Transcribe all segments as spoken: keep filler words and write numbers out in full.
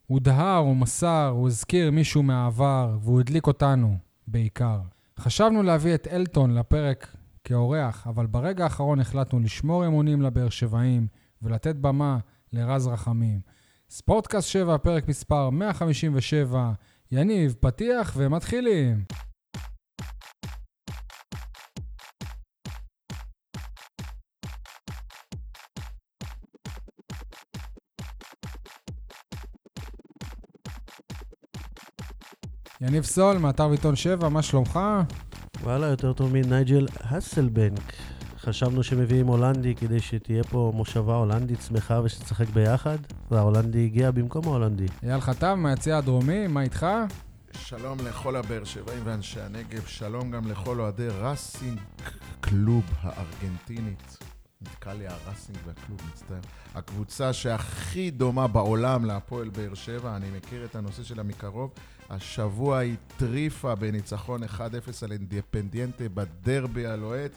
הוא דהר, הוא מסר, הוא הזכיר מישהו מהעבר, והוא הדליק אותנו, בעיקר. חשבנו להביא את אלטון לפרק כאורח, אבל ברגע האחרון החלטנו לשמור אמונים לבאר שבעים, ולתת במה לרז רחמים. ספורטקאסט שבע, פרק מספר מאה חמישים ושבע, יניב, פתיח ומתחילים. יניב סול, מאתר ועיתון שבע, מה שלומך? וואלה, יותר טוב מנייג'ל הסלבנק. חשבנו שמביאים הולנדי כדי שתהיה פה מושבה הולנדית שמחה ושתשחק ביחד, וההולנדי הגיע במקום ההולנדי. אייל חטב, מהיציע הדרומי, מה איתך? שלום לכל הבאר שבעים ואנשי הנגב, שלום גם לכל אוהדי ראסינג קלוב הארגנטינית. נתקע לי הרסינג והקלוב, מצטער. הקבוצה שהכי דומה בעולם להפועל באר שבע, אני מכיר את הנושא שלה מקרוב. השבוע היא טריפה בניצחון אחד אפס על אינדיפנדיאנטה בדרבי הלוהט,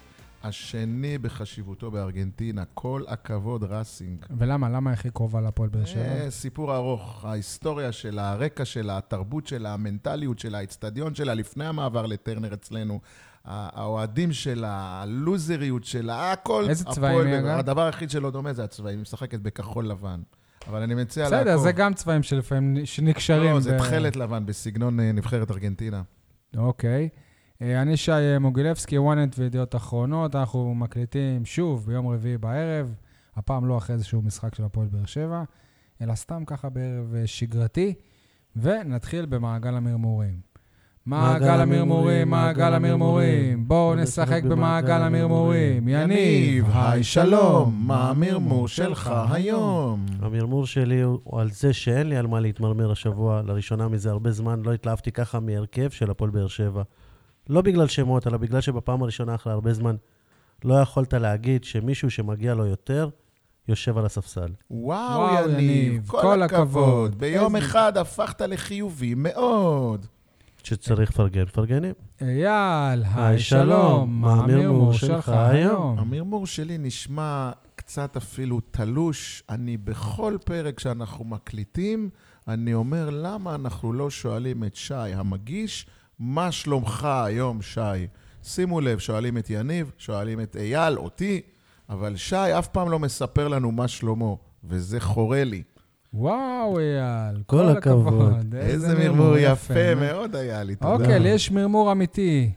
השני בחשיבותו בארגנטינה. כל הכבוד ראסינג. ולמה? למה הכי קרובה להפועל באר שבע? סיפור ארוך. ההיסטוריה שלה, הרקע שלה, התרבות שלה, המנטליות שלה, האצטדיון שלה, לפני המעבר לטרנר אצלנו, האוהדים שלה, הלוזריות שלה, הכל. איזה צבעים היא אגב? הדבר היחיד שלא דומה זה הצבעים, היא משחקת בכחול לבן. אבל אני מציע לעקוב. בסדר, זה גם צבעים שלפעמים שנקשרים. לא, זה תחלת לבן בסגנון נבחרת ארגנטינה. אוקיי. אני שי מוגילבסקי, וואנט וידיעות אחרונות. אנחנו מקליטים שוב ביום רביעי בערב. הפעם לא אחרי איזשהו משחק של הפועל באר שבע, אלא סתם ככה בערב שגרתי. ונתחיל במעגל המרמורים. מעגל המרמורים, מעגל המרמורים. בואו נשחק במעגל המרמורים. יניב, היי שלום, מה המרמור שלך היום? המרמור שלי הוא על זה שאין לי על מה להתמרמר השבוע. לראשונה מזה הרבה זמן לא התלהבתי ככה מהרכב של הפועל באר שבע. לא בגלל שמות, אלא בגלל שבפעם הראשונה אחרי הרבה זמן לא יכולת להגיד שמישהו שמגיע לו יותר יושב על הספסל. וואו יניב, כל הכבוד. ביום אחד הפכת לחיובי מאוד. שצריך פרגן, פרגנים. אייל, היי שלום, מה המרמור שלך היום? המרמור שלי נשמע קצת אפילו תלוש. אני בכל פרק שאנחנו מקליטים, אני אומר למה אנחנו לא שואלים את שי המגיש, מה שלומך היום שי? שימו לב, שואלים את יניב, שואלים את אייל, אותי, אבל שי אף פעם לא מספר לנו מה שלמה, וזה חורה לי. וואו אייל, כל הכבוד. איזה מרמור יפה מאוד היה לי, תודה. אוקיי, יש מרמור אמיתי.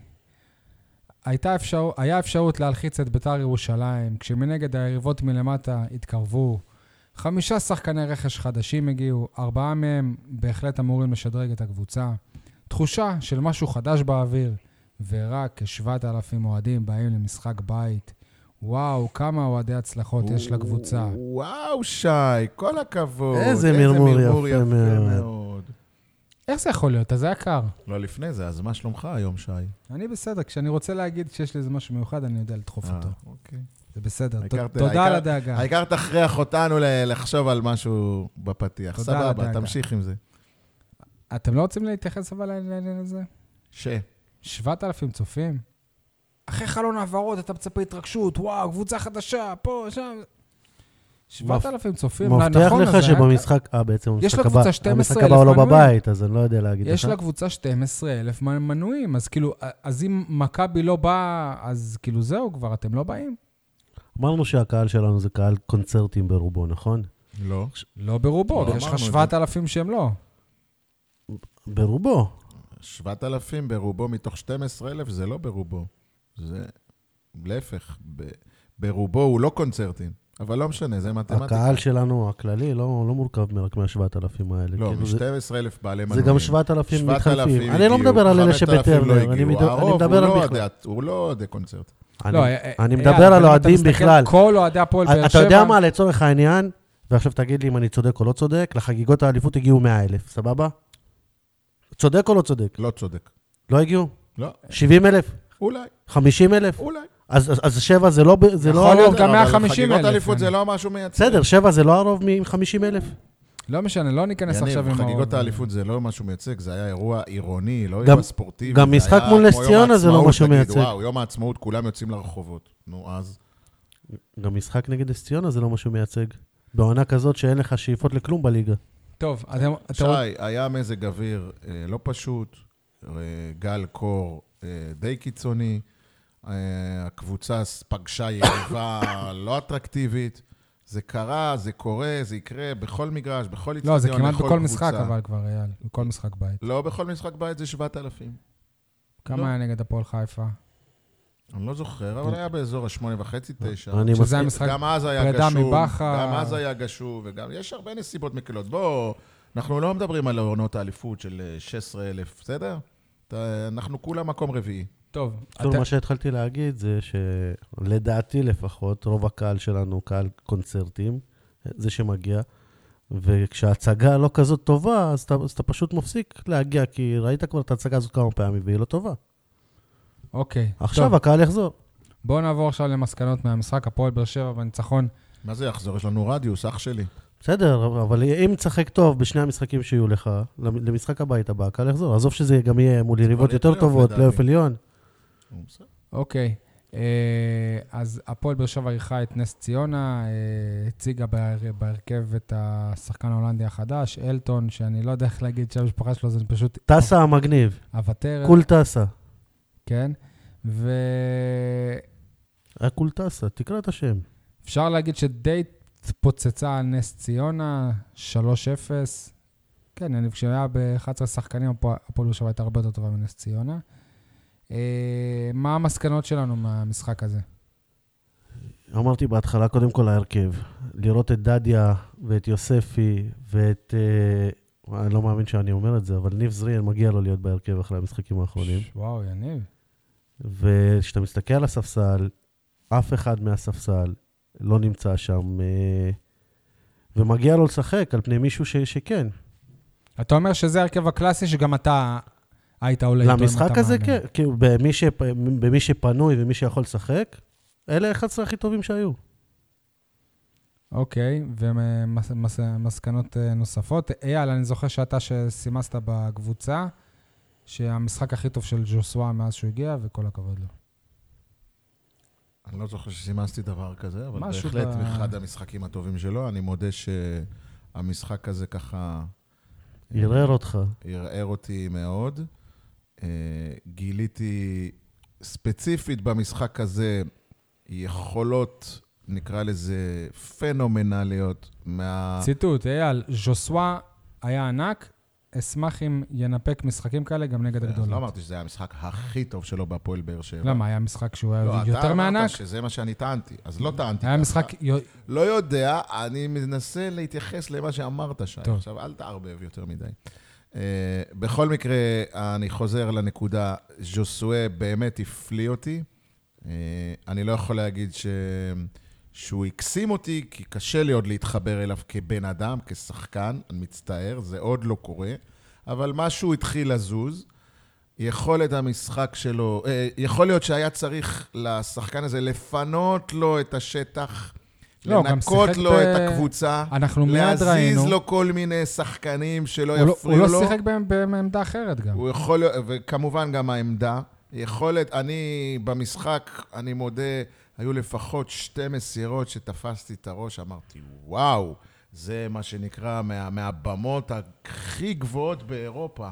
הייתה אפשר, היה אפשרות להלחיץ את בית"ר ירושלים, כשמנגד היריבות מלמטה התקרבו. חמישה שחקני רכש חדשים הגיעו, ארבעה מהם בהחלט אמורים לשדרג את הקבוצה. תחושה של משהו חדש באוויר, ורק כשבעת אלפים אוהדים באים למשחק בית. וואו, כמה אוהדי הצלחות יש לקבוצה. וואו, שי, כל הכבוד. איזה מרמור יפה מאוד. איך זה יכול להיות? אז זה יקר. לא לפני זה, אז מה שלומך היום, שי? אני בסדר, כשאני רוצה להגיד שיש לי איזה משהו מיוחד, אני יודע לדחוף אותו. אוקיי. זה בסדר, תודה על הדאגה. העיקר תכריח אותנו לחשוב על משהו בפתיח. סבבה, תמשיך עם זה. אתם לא רוצים להתייחס אבל לעניין הזה? ש? שבעת אלפים צופים? אחרי חלון העברות, אתה מצפה התרגשות, וואו, קבוצה חדשה, פה, שם. שבעת אלפים צופים, מבטיח לך שבמשחק, אה, בעצם המשחק הבא הוא לא בבית, אז אני לא יודע להגיד לך. יש לה קבוצה שנים עשר אלף מנויים, אז כאילו, אז אם מכבי לא בא, אז כאילו זהו כבר, אתם לא באים? אמרנו שהקהל שלנו זה קהל קונצרטים ברובו, נכון? לא. לא ברובו, יש לך שבעת אלפים שהם לא. ברובו. שבעת אלפים ברובו מתוך שנים עשר אלף, זה לא ברובו. זה להפך, ברובו הוא לא קונצרטים, אבל לא משנה, זה מתמטיקה. הקהל שלנו, הכללי, לא, לא מורכב מרק מה-שבעת אלפים האלה. לא, מ-שנים עשר אלף בעלי מנויים. זה גם שבעת אלפים מתחלפים. אני לא מדבר על אלה שבטרנר, אני מדבר על בכלל. הוא לא אוהדי קונצרט. אני מדבר על אוהדים בכלל. כל אוהדי הפועל באר שבע. אתה יודע מה, לצורך העניין, ועכשיו תגיד לי אם אני צודק או לא צודק, לחגיגות האליפות הגיעו מאה אלף, סבבה? צודק או לא צודק? לא צודק. לא הגיעו? לא. שבעים אלף? אולי. חמישים אלף? אולי. אז, אז שבע זה לא, זה לא הרוב. גם מאה וחמישים אלף. חגיגות אליפות זה לא משהו מייצג. בסדר, שבע זה לא הרוב מ-חמישים אלף? לא משנה, לא ניכנס עכשיו עם הרוב. חגיגות האליפות זה לא משהו מייצג, זה היה אירוע עירוני, לא אירוע ספורטיבי. גם משחק מול נס ציונה זה לא משהו מייצג. וואו, יום העצמאות, כולם יוצאים לרחובות. נו, אז... גם משחק נגד נס ציונה זה לא משהו מייצג. בעונה כזאת שאין לך שאיפות לכלום בליגה. טוב, אתם... שי, היה מזג אוויר אה, לא פשוט, אה, גל קור אה, די קיצוני, אה, הקבוצה פגשה יריבה לא אטרקטיבית, זה קרה, זה קורה, זה יקרה בכל מגרש, בכל איצטדיון, לא, זה כמעט בכל בכל קבוצה. משחק, אבל כבר, אייל, בכל משחק בית. לא בכל משחק בית זה שבעת אלפים. כמה לא. היה נגד הפועל חיפה? אני לא זוכר, אבל היה באזור השמונה וחצי, תשע. אני שזה מסכים. המשחק גם אז היה פרידה גשום, מבכר. גם אז היה גשום, וגם יש הרבה נסיבות מקלות. בואו, אנחנו לא מדברים על עונות האליפות של שש עשרה אלף, בסדר? אנחנו כולה מקום רביעי. טוב, כל אתה- מה שהתחלתי להגיד זה שלדעתי לפחות, רוב הקהל שלנו, קהל קונצרטים, זה שמגיע, וכשההצגה לא כזאת טובה, אז אתה, אז אתה פשוט מפסיק להגיע, כי ראית כבר את ההצגה הזאת כמה פעמים, והיא לא טובה. אוקיי. עכשיו טוב, הקהל יחזור. בואו נעבור עכשיו למסקנות מהמשחק. הפועל באר שבע בניצחון. מה זה יחזור? יש לנו רדיוס, אח שלי. בסדר, אבל אם תשחק טוב בשני המשחקים שיהיו לך, למשחק הבית הבא, הקהל יחזור. עזוב שזה גם יהיה מול יריבות יותר לפלייאוף, טובות, לדעתי. פלייאוף עליון. אוקיי. אה, אז הפועל באר שבע אירחה את נס ציונה, אה, הציגה בהר- בהרכב את השחקן ההולנדי החדש, אלטון, שאני לא יודע איך להגיד שהמשפחה שלו, זה פשוט טסה המגניב, אבטר. קול טסה. כן. היה קול טסה, תקרא את השם. ואפשר להגיד שדי פוצצה על נס ציונה, שלוש אפס. כן, אני חושב שהיה ב-אחד עשר שחקנים, הפועל הפועל באר שבע הייתה הרבה יותר טובה מנס ציונה. אה, מה המסקנות שלנו מהמשחק הזה? אמרתי בהתחלה, קודם כל ההרכב. לראות את דדיה ואת יוספי ואת... אה, אני לא מאמין שאני אומר את זה, אבל ניב זריאן מגיע לו להיות בהרכב אחרי המשחקים האחרונים. ש- וואו, יניב. וכשאתה מסתכל על הספסל, אף אחד מהספסל לא נמצא שם, אה, ומגיע לו לשחק על פני מישהו ש- שכן. אתה אומר שזה הרכב הקלאסי שגם אתה היית עולה איתו אם אתה למשחק הזה, מאמן. כן. כאילו, במי, שפ... במי שפנוי ומי שיכול לשחק, אלה אחד עשר הכי טובים שהיו. אוקיי, ומסקנות נוספות. אייל, אני זוכר שאתה שסימסת בקבוצה, שהמשחק הכי טוב של ג'וסווה מאז שהוא הגיע, וכל הכבוד לו. אני לא זוכר שסימסתי דבר כזה, אבל משהו בהחלט ב- באחד המשחקים הטובים שלו. אני מודה שהמשחק הזה ככה... ערער אותך. ערער אותי מאוד. אה, גיליתי ספציפית במשחק הזה יכולות, נקרא לזה, פנומנליות מה... ציטוט, אייל, ז'וסווה היה ענק, אשמח אם ינפק משחקים כאלה גם נגד אז הגדולות. לא אמרתי שזה היה המשחק הכי טוב שלו בהפועל באר שבע. למה? היה משחק שהוא היה לא, אתה יותר מענק? אמרת שזה מה שאני טענתי, אז לא טענתי היה ככה. משחק... יו- לא יודע, אני מנסה להתייחס למה שאמרת, שי. טוב. עכשיו, אל תערבב יותר מדי. Uh, בכל מקרה, אני חוזר לנקודה, ז'וסואה באמת הפליא אותי. Uh, אני לא יכול להגיד ש... שהוא הקסים אותי, כי קשה לי עוד להתחבר אליו כבן אדם, כשחקן, אני מצטער, זה עוד לא קורה, אבל משהו התחיל לזוז. יכולת המשחק שלו, uh, יכול להיות שהיה צריך לשחקן הזה לפנות לו את השטח, לא, גם לנקות שיחק לו ב- את הקבוצה, אנחנו מיד ראינו. להזיז לו כל מיני שחקנים שלא הוא לא- יפריעו הוא לו. לא שיחק בהם- בעמדה אחרת גם. הוא יכול להיות, וכמובן גם העמדה. יכולת, אני במשחק, אני מודה, היו לפחות שתי מסירות שתפסתי את הראש, אמרתי, וואו, זה מה שנקרא מה, מהבמות הכי גבוהות באירופה.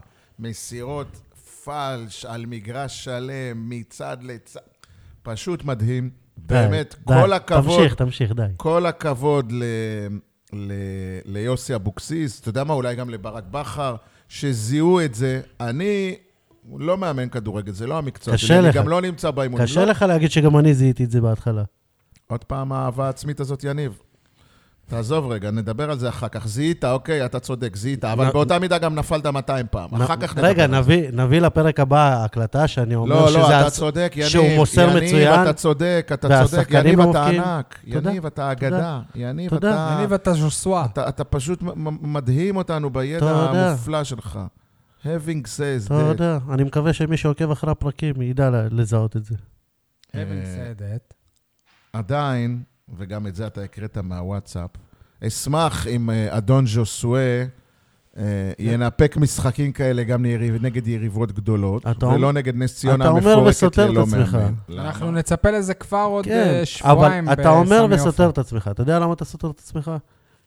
מסירות פלש על מגרש שלם, מצד לצד. פשוט מדהים. באמת, די, כל די. הכבוד. תמשיך, תמשיך, די. כל הכבוד ל... ל... ליוסי אבוקסיס, אתה יודע מה, אולי גם לברק בכר, שזיהו את זה. אני לא מאמן כדורגל, זה לא המקצוע קשה שלי, אני לך. גם לא נמצא באימון. קשה לא. לך להגיד שגם אני זיהיתי את זה בהתחלה. עוד פעם האהבה העצמית הזאת, יניב. תעזוב רגע, נדבר על זה אחר כך. זיהית, אוקיי, אתה צודק, זיהית, אבל נ- באותה מידה גם נפלת מאתיים פעם. אחר כך נדבר רגע, על זה. נביא, נביא לפרק הבא הקלטה שאני אומר לא, שזה... לא, אתה הס- צודק, יניב. שהוא מוסר יניב, מצוין, אתה צודק, אתה צודק. והשחקנים יניב, אתה מבקיעים. ענק. תודה, יניב, אתה אגדה. יניב, תודה. אתה... יניב, אתה ז'וסווה. אתה, אתה פשוט מ- מ- מדהים אותנו בידע תודה. המופלא שלך. having says אתה that. יודע, אני מקווה שמי שעוקב אחרי הפרקים ידע ל- לזהות את זה. having said that. עדיין, וגם את זה אתה הקראת מהוואטסאפ, אשמח אם אה, אדון ז'וסואה אה, ינפק משחקים כאלה גם ליריב, נגד יריבות גדולות, אתה ולא אומר- נגד נס ציונה אתה אומר המפורקת וסותר את ללא עצמך. מאמן. אנחנו למה? נצפה לזה כבר עוד כן, אה, שבועיים אבל אתה אומר בסמי וסותר עופר. את עצמך. אתה יודע למה אתה סותר את עצמך?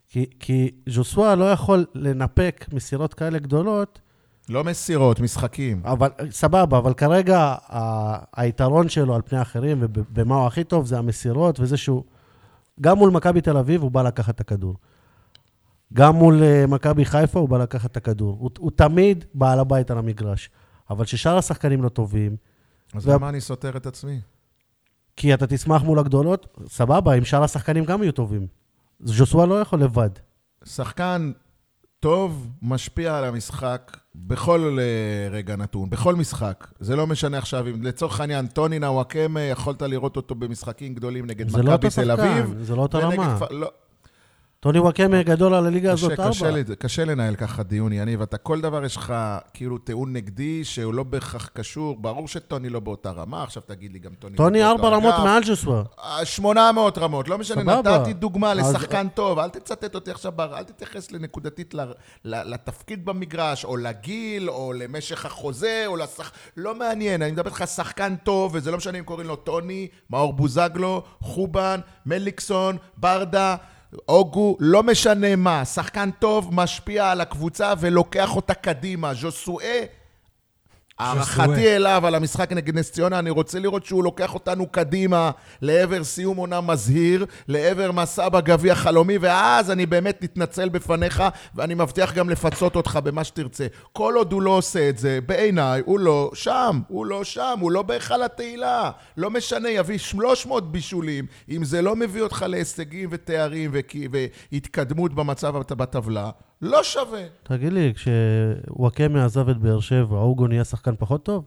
כי, כי ז'וסואה לא יכול לנפק מסירות כאלה גדולות, לא מסירות, משחקים. אבל, סבבה, אבל כרגע ה, היתרון שלו על פני האחרים, ובמה הוא הכי טוב, זה המסירות, וזה שהוא, גם מול מכבי תל אביב, הוא בא לקחת את הכדור. גם מול מכבי חיפה, הוא בא לקחת את הכדור. הוא, הוא תמיד בעל הבית על המגרש. אבל ששאר השחקנים לא טובים... אז למה אני סותר את עצמי? כי אתה תשמח מול הגדולות, סבבה, אם שאר השחקנים גם יהיו טובים. ז'וסואה לא יכול לבד. שחקן טוב משפיע על המשחק בכל רגע נתון, בכל משחק. זה לא משנה עכשיו, אם לצורך העניין, טוני נוואקמה, יכולת לראות אותו במשחקים גדולים נגד מכבי תל אביב. זה לא אותו רמה. טוני וואקמה גדול על הליגה הזאת ארבע. קשה לנהל ככה דיון, יניב. אתה כל דבר יש לך כאילו טיעון נגדי שהוא לא בהכרח קשור. ברור שטוני לא באותה רמה. עכשיו תגיד לי גם טוני... טוני ארבע רמות מעל ז'וסואה. שמונה מאות רמות. לא משנה, נתתי דוגמה לשחקן טוב. אל תצטט אותי עכשיו, אל תתייחס לנקודתית לתפקיד במגרש, או לגיל, או למשך החוזה, או לשח... לא מעניין. אני מדבר לך שחקן טוב, וזה לא משנה אם קוראים לו טוני, מאור בוזגלו, חובן, מליקסון, ברדה, אוגו, לא משנה מה, שחקן טוב משפיע על הקבוצה ולוקח אותה קדימה. ז'וסואה, הערכתי אליו על המשחק נגד נס ציונה, אני רוצה לראות שהוא לוקח אותנו קדימה לעבר סיום עונה מזהיר, לעבר מסע בגביע חלומי, ואז אני באמת נתנצל בפניך, ואני מבטיח גם לפצות אותך במה שתרצה. כל עוד הוא לא עושה את זה, בעיניי הוא לא שם, הוא לא שם, הוא לא בהיכל התהילה. לא משנה, יביא שלוש מאות בישולים, אם זה לא מביא אותך להישגים ותארים והתקדמות במצב בטבלה, לא שווה. תגיד לי, כשוואקמה עזב את באר שבע, אוגו נהיה שחקן פחות טוב?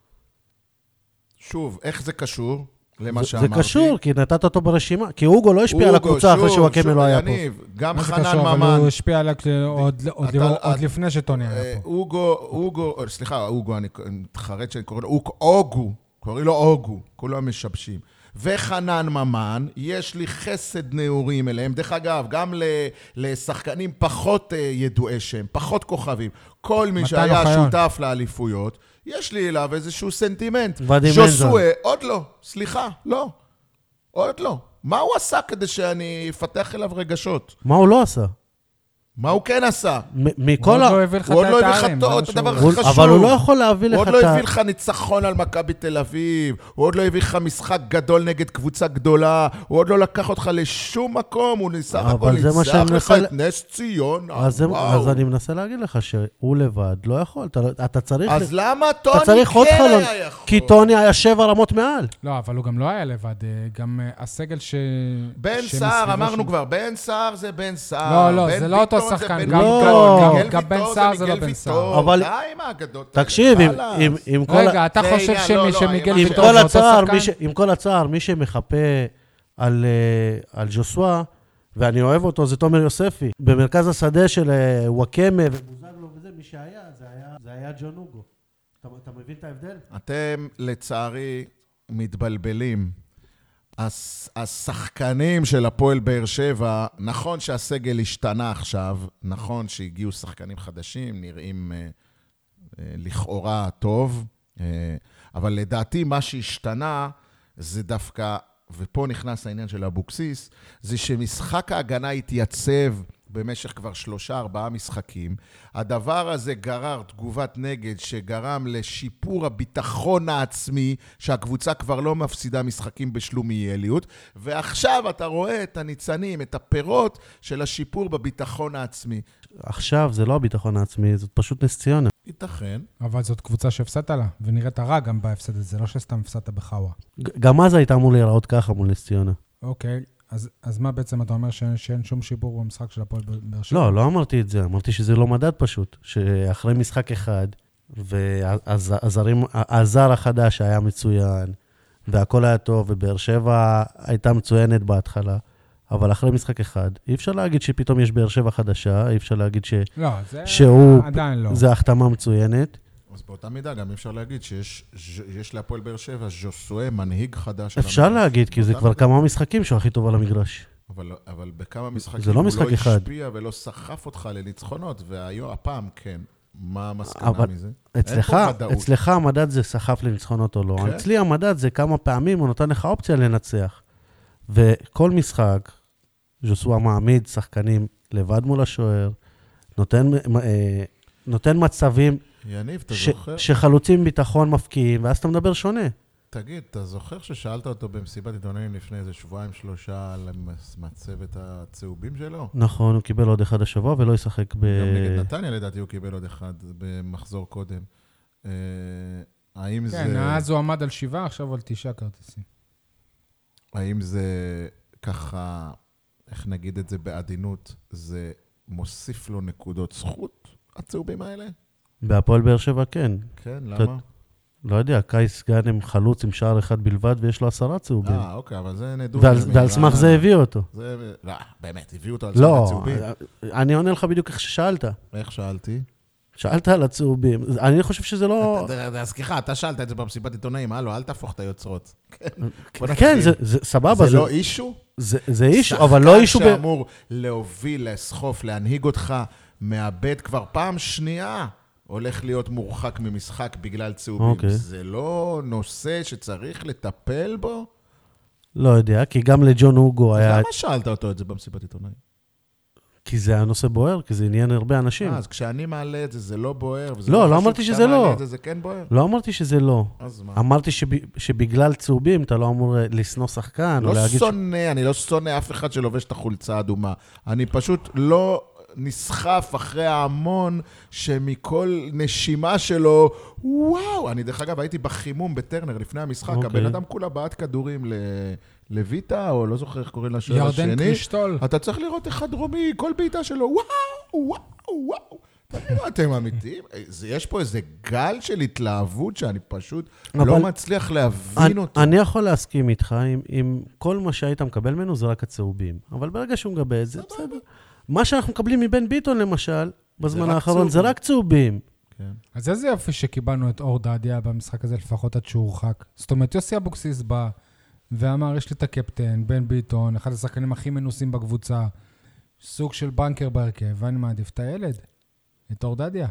שוב, איך זה קשור למה זה, שאמרתי? זה קשור, כי נתת אותו ברשימה. כי אוגו לא השפיע על הקבוצה אחרי שוואקמה לא היה יניב, פה. גם מה חנן זה קשור, ממן. אבל הוא השפיע עליה עוד, עוד, אתה, עוד, אתה, עוד לפני שטוני היה פה. אוגו, אוגו, סליחה, אוגו, אני מתחרט שאני קורא לו, אוגו, קוראים לו אוגו, כולם משבשים. וחנן ממן, יש לי חסד נאורים אליהם. דרך אגב, גם לשחקנים פחות ידועי שם, פחות כוכבים. כל מי שהיה שותף לאליפויות, יש לי אליו איזשהו סנטימנט. ז'וסואה, עוד לא, סליחה, לא. עוד לא. מה הוא עשה כדי שאני אפתח אליו רגשות? מה הוא לא עשה? מה הוא כן עשה? מכל הוא עוד לא הביא לך את הדבר הכי חשוב. אבל הוא לא יכול להביא לך את ה... הוא עוד לא הביא לך ניצחון על מכבי תל אביב, הוא עוד לא הביא לך משחק גדול נגד קבוצה גדולה, הוא עוד לא לקח אותך לשום מקום, הוא ניסה הכל ניצח לך את נס ציון. אז אני מנסה להגיד לך שהוא לבד לא יכול, אתה צריך... אז למה טוני כן היה יכול? כי טוני היה שבע רמות מעל. לא, אבל הוא גם לא היה לבד, גם הסגל ש... בן סער, אמרנו כבר, בן סער זה בן סער. לא, לא, זה לא אותו שחקן, גם בן סער זה לא בן סער. אבל תקשיב, עם כל... רגע, אתה חושב שמיגל ויטור זה אותו שחקן? עם כל הצער, מי שמחפה על ז'וסואה, ואני אוהב אותו, זה תומר יוספי. במרכז השדה של וואקמה ובוזגלו וזה, מי שהיה, זה היה ג'ון אוגו. אתה מבין את ההבדל? אתם, לצערי, מתבלבלים. השחקנים של הפועל באר שבע, נכון שהסגל השתנה עכשיו, נכון שהגיעו שחקנים חדשים, נראים אה, אה, לכאורה טוב, אה, אבל לדעתי מה שהשתנה זה דווקא, ופה נכנס העניין של אבוקסיס, זה שמשחק ההגנה התייצב במשך כבר שלושה, ארבעה משחקים. הדבר הזה גרר תגובת נגד שגרם לשיפור הביטחון העצמי, שהקבוצה כבר לא מפסידה משחקים בשלומיאליות, ועכשיו אתה רואה את הניצנים, את הפירות של השיפור בביטחון העצמי. עכשיו זה לא הביטחון העצמי, זאת פשוט נס ציונה. ייתכן. אבל זאת קבוצה שהפסדת לה, ונראית הרע גם בהפסד הזה, לא שסתם הפסדת בחאווה. גם אז הייתה אמור להיראות ככה מול נס ציונה. אוקיי. אז, אז מה בעצם אתה אומר שאין, שאין שום שיפור במשחק של הפועל באר שבע? לא, לא אמרתי את זה. אמרתי שזה לא מדד פשוט. שאחרי משחק אחד, והזר החדש היה מצוין, והכל היה טוב, ובאר שבע הייתה מצוינת בהתחלה, אבל אחרי משחק אחד, אי אפשר להגיד שפתאום יש באר שבע חדשה, אי אפשר להגיד ש... לא, זה שהוא... עדיין לא. זה החתמה מצוינת. אז באותה מידה גם אפשר להגיד שיש יש להפועל באר שבע ז'וסואה, מנהיג חדש. אפשר להגיד, כי זה כבר כמה משחקים שהוא הכי טוב על המגרש. אבל, אבל בכמה משחקים זה לא משחק הוא לא אחד. השפיע ולא סחף אותך לניצחונות, והפעם כן. מה המסקנה אבל מזה? אצלך, אצלך המדד זה סחף לניצחונות או לא. כן? אצלי המדד זה כמה פעמים הוא נותן לך אופציה לנצח. וכל משחק, ז'וסואה מעמיד שחקנים לבד מול השוער, נותן, אה, נותן מצבים יניב, אתה ש, זוכר? שחלוצים ביטחון מפקיעים, ואז אתה מדבר שונה. תגיד, אתה זוכר ששאלת אותו במסיבת עיתונאים לפני איזה שבועיים שלושה על מצבת הצהובים שלו? נכון, הוא קיבל עוד אחד השבוע ולא ישחק ב... גם נגד נתניה לדעתי הוא קיבל עוד אחד במחזור קודם. אה, האם זה... כן, אז הוא עמד על שבעה, עכשיו על תשעה כרטיסים. האם זה ככה, איך נגיד את זה בעדינות, זה מוסיף לו נקודות זכות, הצהובים האלה? בהפועל באר שבע כן. כן, למה? לא יודע, קייס גאנם חלוץ עם שער אחד בלבד ויש לו עשרה צהובים. אה, אוקיי, אבל זה נדון. ועל, ועל סמך זה הביאו אותו. זה, לא, באמת, הביאו אותו על סמך לא, הצהובים. אני עונה לך בדיוק איך ששאלת. איך שאלתי? שאלת על הצהובים. אני חושב שזה לא... סליחה, אתה שאלת את זה במסיבת עיתונאים, הלו, אל תהפוך את היוצרות. כן, זה סבבה. זה לא אישו? זה אישו, אבל לא אישו... שחקן שאמור להוביל, לסחוף, להנהיג אותך, מאבד כבר פעם שנייה, הולך להיות מורחק ממשחק בגלל צהובים. זה לא נושא שצריך לטפל בו? לא יודע, כי גם לג'ון הוגו היה... למה שאלת אותו את זה במסיבת עיתונאים? כי זה הנושא בוער, כי זה עניין הרבה אנשים. אז כשאני מעלה את זה, זה לא בוער, לא, לא אמרתי שזה לא. זה כן בוער? לא אמרתי שזה לא. אז מה? אמרתי שבגלל צהובים אתה לא אמור לשנוא שחקן, או להגיד... לא שונא, אני לא שונא אף אחד שלובש את החולצה האדומה. אני פשוט לא נסחף אחרי ההמון שמכל נשימה שלו, וואו, אני דרך אגב הייתי בחימום בטרנר לפני המשחק, הבן אדם כולה בעט כדורים ל... לויטה, או לא זוכר איך קוראים לשוער השני. ירדן קרישטול. אתה צריך לראות אחד דרומי, כל בעיטה שלו, וואו, וואו, וואו. תגידו, אתם אמיתיים? יש פה איזה גל של התלהבות שאני פשוט לא מצליח להבין אותו. אני יכול להסכים איתך עם כל מה שהיית מקבל ממנו זה רק הצהובים. אבל ברגע שהוא מגבה את זה, בסדר. מה שאנחנו מקבלים מבן ביטון למשל, בזמן האחרון, זה רק צהובים. אז איזה יופי שקיבלנו את אור דדיה במשחק הזה, לפחות עד שהוא הורחק. זאת אומרת, יוסי אבוקסיס בא, ואמר, יש לי את הקפטן, בן ביטון, אחד השחקנים הכי מנוסים בקבוצה, סוג של בנקר בהרכב, ואני מעדיף את הילד, את אור דדיה.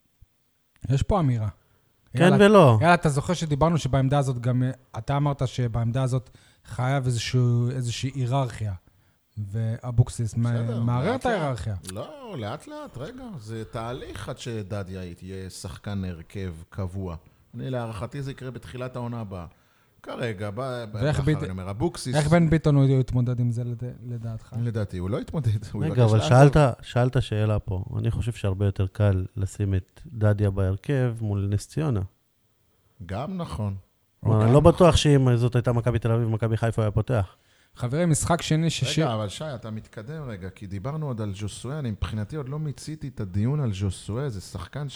יש פה אמירה. כן יאללה, ולא. יאללה, אתה זוכר שדיברנו שבעמדה הזאת גם, אתה אמרת שבעמדה הזאת חייב איזשהו, איזושהי היררכיה, ואבוקסיס מערער את ההיררכיה. לא, לאט לאט, רגע, זה תהליך עד שדדיה יהיה שחקן הרכב קבוע. אני להערכתי זה יקרה בתחילת העונה הבאה. כרגע, אני אומר, אבוקסיס... איך בן ביטון הוא יתמודד עם זה לדעתך? לדעתי, הוא לא יתמודד. רגע, אבל שאלת שאלה פה. אני חושב שהרבה יותר קל לשים את דדיה בהרכב מול נס ציונה. גם נכון. אני לא בטוח שאם זאת הייתה מכבי תל אביב, מכבי חיפה היה פותח. חברים, משחק שני ששיר... רגע, אבל שי, אתה מתקדם רגע, כי דיברנו עוד על ז'וסואה, אני מבחינתי עוד לא מיציתי את הדיון על ז'וסואה, זה שחקן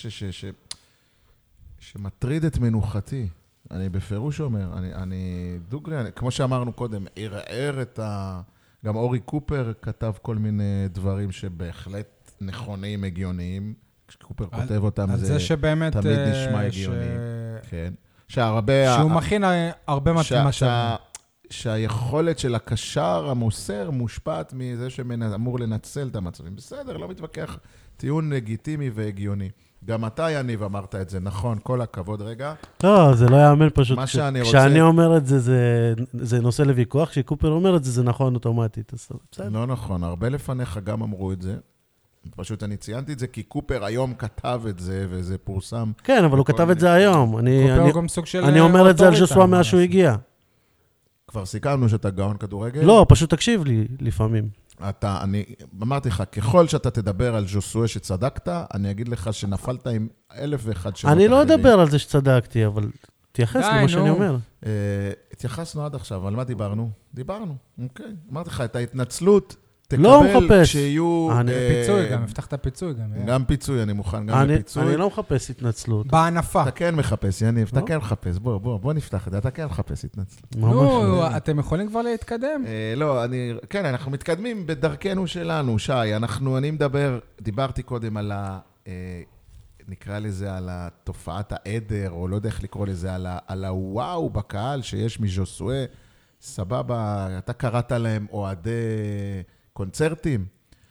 שמטריד את מנוחתי. אני בפירוש אומר, אני, אני דוגרי, אני, כמו שאמרנו קודם, ערער את ה... גם אורי קופר כתב כל מיני דברים שבהחלט נכונים, הגיוניים. כשקופר על, כותב אותם, זה, זה שבאמת, תמיד נשמע הגיוני. ש... כן. שהרבה... שהוא ה... מכין הרבה מתאימה שם. שהיכולת של הקשר המוסר מושפעת מזה שאמור לנצל את המצבים. בסדר, לא מתווכח, טיעון לגיטימי והגיוני. גם אתה, יניב, אמרת את זה, נכון, כל הכבוד רגע. לא, זה לא יאמן פשוט. מה שאני רוצה... כשאני אומר את זה, זה, זה נושא לוויכוח, כשקופר אומר את זה, זה נכון אוטומטית. לא נכון, הרבה לפניך גם אמרו את זה. פשוט אני ציינתי את זה, כי קופר היום כתב את זה, וזה פורסם. כן, אבל הוא כתב את זה היום. אני, קופר אני, גם סוג של... אני אומר את זה על ז'וסואה מאז שהוא הגיע. כבר סיכמנו שאתה גאון כדורגל? לא, פשוט תקשיב לי לפעמים. אתה, אני אמרתי לך, ככל שאתה תדבר על ז'וסואה שצדקת, אני אגיד לך שנפלת עם אלף ואחד שמות אני לא אדבר על זה שצדקתי, אבל תייחס למה שאני אומר. התייחסנו עד עכשיו, על מה דיברנו? דיברנו, אוקיי. אמרתי לך, את ההתנצלות לא תקבל כשיהיו... פיצוי גם, הבטח את הפיצוי גם. גם פיצוי, אני מוכן גם לפיצוי. אני לא מחפש התנצלות. בענפה. אתה כן מחפש, יניב, אתה כן מחפש. בוא, בוא, בוא נפתח את זה, אתה כן מחפש התנצלות. נו, אתם יכולים כבר להתקדם? לא, אני... כן, אנחנו מתקדמים בדרכנו שלנו, שי. אנחנו, אני מדבר, דיברתי קודם על ה... נקרא לזה על התופעת העדר, או לא יודע איך לקרוא לזה, על הוואו בקהל שיש מז'וסואה. סבבה, אתה קראת להם אוהדי... קונצרטים,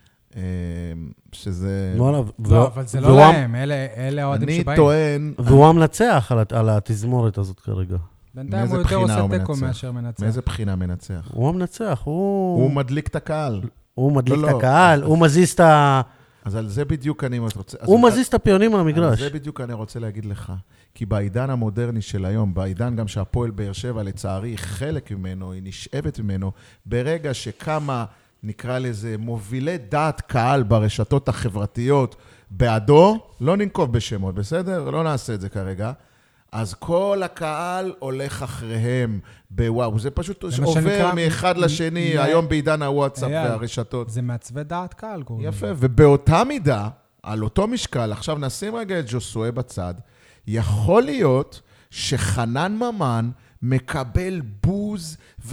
שזה... לא, אבל זה לא להם, אלה האוהדים שבאים. אני טוען... והוא המנצח על התזמורת הזאת כרגע. בינתיים הוא יותר עושה תיקו מאשר מנצח. מאיזה בחינה מנצח? הוא המנצח, הוא... הוא מדליק את הקהל. הוא מדליק לא, את לא. הקהל, הוא מזיז את ה... אז על זה בדיוק אני רוצה... הוא אז- מזיז את הפיונים על על המגרש. זה בדיוק אני רוצה להגיד לך. כי בעידן המודרני של היום, בעידן גם שהפועל באר שבע, לצערי, היא חלק ממנו, היא נשאבת ממנו, ברגע שכמה, נקרא לזה, מובילי דעת קהל ברשתות החברתיות בעדו, לא ננקוב בשמות, בסדר? לא נעשה את זה כרגע. אז כל הקהל הולך אחריהם בוואו. זה פשוט זה מה עובר שנקרא- מאחד לשני, מ- היום בעידן הוואטסאפ אייל, והרשתות. זה מעצבי דעת קהל, קוראים יפה, לזה. ובאותה מידה, על אותו משקל, עכשיו נשים רגע את ג'וסואה בצד, יכול להיות שחנן ממן מקבל בוז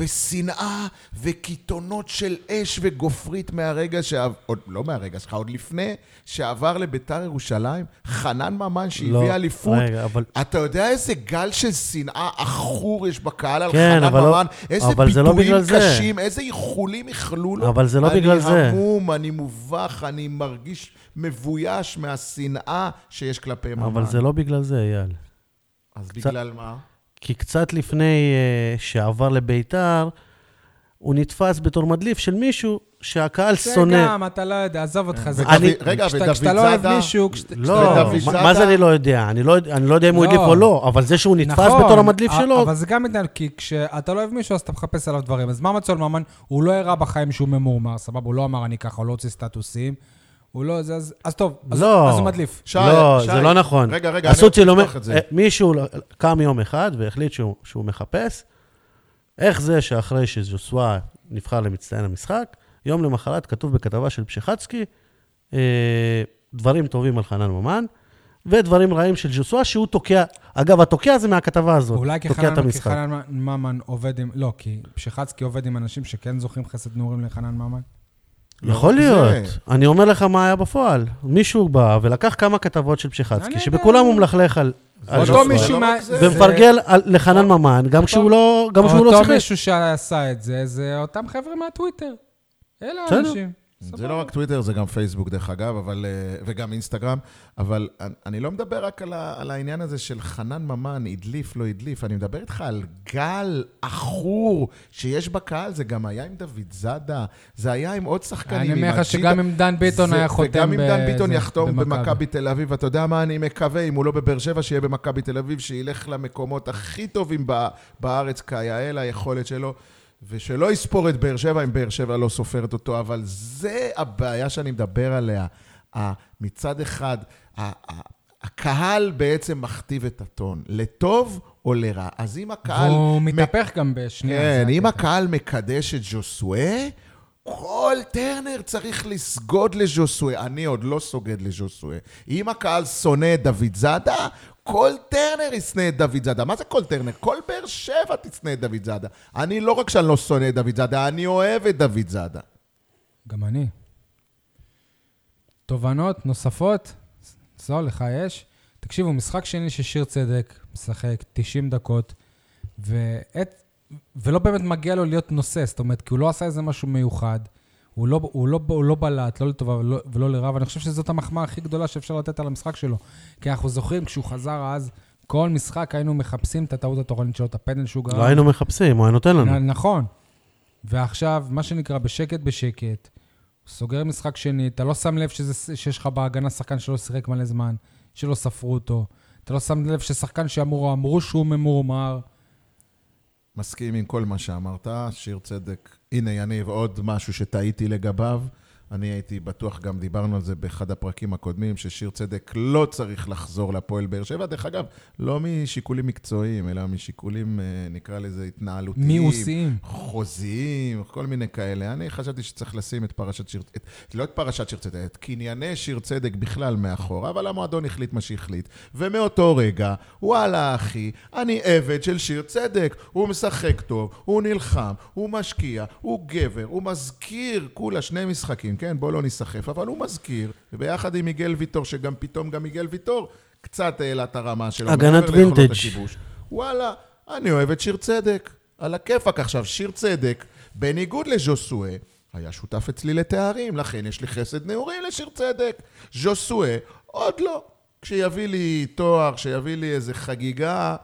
ושנאה וקיתונות של אש וגופרית מהרגע, שעב... עוד, לא מהרגע, סליחה, עוד לפני שעבר לביתר ירושלים, חנן ממן שהביא לא, אליפות. רגע, אבל... אתה יודע איזה גל של שנאה עכור יש בקהל על כן, חנן אבל לא- ממן? איזה אבל זה לא ביטויים בגלל זה. קשים, איזה איחולים איחלו לו? אבל זה לא בגלל זה. אני המום, אני מובך, אני מרגיש מבויש מהשנאה שיש כלפי ממן. אבל זה לא בגלל זה, אייל. אז בגלל מה? כי קצת לפני uh, שעבר לביתר, הוא נתפס בתור מדליף של מישהו שהקהל זה שונא. גם, אתה לא יודע, עזוב אותך. זה- אני- רגע, כשאתה- ודוד כשאתה לא אוהב זאדה? מישהו, כשאתה- לא, ודוד מה- זאדה? מה זה אני לא יודע? אני לא, אני לא יודע אם הוא לא. הדליף או לא, אבל זה שהוא נתפס נכון, בתור המדליף א- שלו, אבל זה גם עניין, כי כשאתה לא אוהב מישהו, אז אתה מחפש עליו דברים. אז מה מצאו על ממן? הוא לא הראה בחיים שהוא ממורמר, סבבה? הוא לא אמר אני ככה, הוא לא הוציא סטטוסים. הוא לא, זה, אז, אז טוב, אז, לא. אז הוא מדליף. שי, לא, שי. זה לא נכון. רגע, רגע, עשו אני רוצה צילומי- לפתוח את זה. אה, מישהו קם יום אחד והחליט שהוא, שהוא מחפש, איך זה שאחרי שז'וסווה נבחר למצטיין המשחק, יום למחרת כתוב בכתבה של פשיחצקי, אה, דברים טובים על חנן ממן, ודברים רעים של ז'וסווה שהוא תוקע, אגב, התוקע זה מהכתבה הזאת, אולי כי תוקע את חנן, כי המשחק. חנן ממן עובד עם, לא, כי פשיחצקי עובד עם אנשים שכן זוכים חסד נעורים לחנן ממן. יכול לא, להיות. זה- אני אומר לך מה היה בפועל. מישהו בא ולקח כמה כתבות של פשיחצקי, אני שבכולם יודע. הוא מלכלך על... על אותו ז'וסווה. מישהו לא מה... רק זה. ומפרגל על- לחנן ממן, גם כשהוא לא גם כשהוא לא אותו שיחק. מישהו שעשה את זה, זה אותם חבר'ה מהטוויטר. אלה בסדר. האנשים. זה לא רק טוויטר, זה גם פייסבוק דרך אגב, אבל, אה, וגם אינסטגרם, אבל אני- אני לא מדבר רק על, ה, על העניין הזה של חנן ממן, הדליף, לא הדליף, אני מדבר איתך על גל עכור שיש בקהל, זה גם היה עם דוד זאדה, זה היה עם עוד שחקנים. אני עם אומר לך אג'ידה. שגם אם דן ביטון זה- היה חותם וגם אם דן ביטון בזה, יחתום במכבי. במכבי תל אביב, אתה יודע מה אני מקווה, אם הוא לא בבאר שבע, שיהיה במכבי תל אביב, שילך למקומות הכי טובים ב- בארץ, כיאה ליכולת שלו. ושלא יספור את באר שבע, אם באר שבע לא סופרת אותו, אבל זה הבעיה שאני מדבר עליה. ה- מצד אחד, ה- ה- הקהל בעצם מכתיב את הטון, לטוב או לרע. אז אם הקהל... והוא מתהפך גם בשנייה. כן, זה אם הקטע. הקהל מקדש את ז'וסואה, כל טרנר צריך לסגוד לז'וסואה. אני עוד לא סוגד לז'וסואה. אם הקהל שונא את דוד זאדה, כל טרנר ישנא את דוד זאדה. מה זה כל טרנר? כל באר שבע תשנא את דוד זאדה. אני לא רק שאני לא שונא את דוד זאדה, אני אוהב את דוד זאדה. גם אני. תובנות נוספות? זו, לך יש. תקשיבו, משחק שני ששיר צדק משחק תשעים דקות, ואת, ולא באמת מגיע לו להיות נושא, זאת אומרת, כי הוא לא עשה איזה משהו מיוחד, הוא לא, הוא לא, הוא לא בלט, לא לטובה ולא, ולא לרע, ואני חושב שזאת המחמאה הכי גדולה שאפשר לתת על המשחק שלו. כי אנחנו זוכרים, כשהוא חזר אז, כל משחק היינו מחפשים את הטעות התורנית שלו, את הפנדל שהוא גרם. לא היינו מחפשים, הוא היה נותן לנו. נכון. ועכשיו, מה שנקרא, בשקט בשקט, הוא סוגר משחק שני, אתה לא שם לב שזה, שיש לך בהגנה שחקן שלא שיחק מלא זמן, שלא ספרו אותו. אתה לא שם לב ששחקן שאמרו, אמרו שהוא ממורמר. מסכים עם כל מה שאמרת, שיר צדק. הנה יניב, עוד משהו שטעיתי לגביו. אני הייתי בטוח, גם דיברנו על זה באחד הפרקים הקודמים, ששיר צדק לא צריך לחזור לפועל באר שבע. דרך אגב, לא משיקולים מקצועיים, אלא משיקולים, נקרא לזה, התנהלותיים. מיאוסיים. חוזיים, כל מיני כאלה. אני חשבתי שצריך לשים את פרשת שיר צדק, לא את פרשת שיר צדק, את קנייני שיר צדק בכלל מאחורה, אבל המועדון החליט מה שהחליט. ומאותו רגע, וואלה אחי, אני עבד של שיר צדק. הוא משחק טוב, הוא נלחם, הוא משקיע, הוא גבר, הוא מזכיר, כולה שני משחקים. כן, בוא לא נסחף, אבל הוא מזכיר, וביחד עם מיגל ויטור, שגם פתאום גם מיגל ויטור, קצת העלה את הרמה שלו. הגנת וינטג'. וואלה, אני אוהב את שיר צדק. על הכיפק עכשיו, שיר צדק, בניגוד לז'וסואה, היה שותף אצלי לתארים, לכן יש לי חסד נעורים לשיר צדק. ז'וסואה, עוד לא. כשיביא לי תואר, כשיביא לי איזה חגיגה,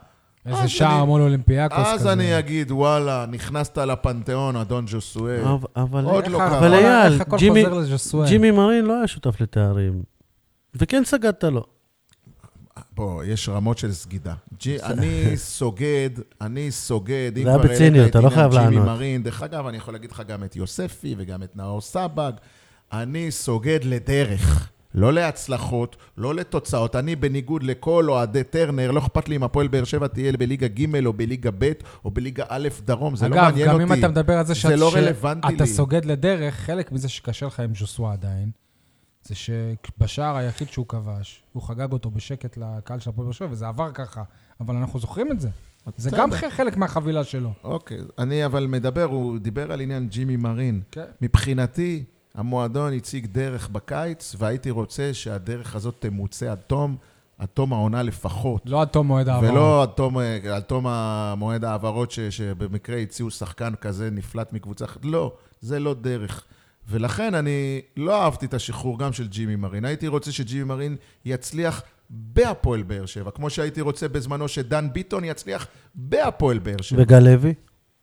איזה שער מול אולימפיאקוס כזה. אז אני אגיד, וואלה, נכנסת לפנתיאון, אדון ז'וסואה. אבל עוד לא קרה. אבל אייל, איך הכל ג'ימי- חוזר לג'וסואה? ג'ימי מרין לא היה שותף לתארים. וכן סגדת לו. בוא, יש רמות של סגידה. ג'י- אני סוגד, אני סוגד. אם זה היה כבר העלית בציניות, את אתה לא עניין חייב ג'ימי לענות. מרין, דרך אגב, אני יכול להגיד לך גם את יוספי וגם את נאור סבג. אני סוגד לדרך, לא להצלחות, לא לתוצאות. אני בניגוד לכל אוהדי טרנר, לא אכפת לי אם הפועל באר שבע תהיה בליגה ג' או בליגה ב' או בליגה א' דרום, זה לא אגב, מעניין גם אותי. אם אתה מדבר על זה זה לא רלוונטי שאתה לי. סוגד לדרך, חלק מזה שקשה לך עם ז'וסואה עדיין, זה שבשער היחיד שהוא כבש, הוא חגג אותו בשקט לקהל של הפועל באר שבע, וזה עבר ככה, אבל אנחנו זוכרים את זה. זה בסדר. גם חלק מהחבילה שלו. אוקיי, אני אבל מדבר, הוא דיבר על עניין ג'ימי מרין. כן. מבחינתי, המועדון הציג דרך בקיץ, והייתי רוצה שהדרך הזאת תמוצא עד תום, עד תום העונה לפחות. לא עד תום מועד העברות. ולא עד תום, עד תום המועד העברות ש, שבמקרה הציעו שחקן כזה נפלט מקבוצה אחת. לא, זה לא דרך. ולכן אני לא אהבתי את השחרור גם של ג'ימי מרין. הייתי רוצה שג'ימי מרין יצליח בהפועל באר שבע, כמו שהייתי רוצה בזמנו שדן ביטון יצליח בהפועל באר שבע. וגל לוי?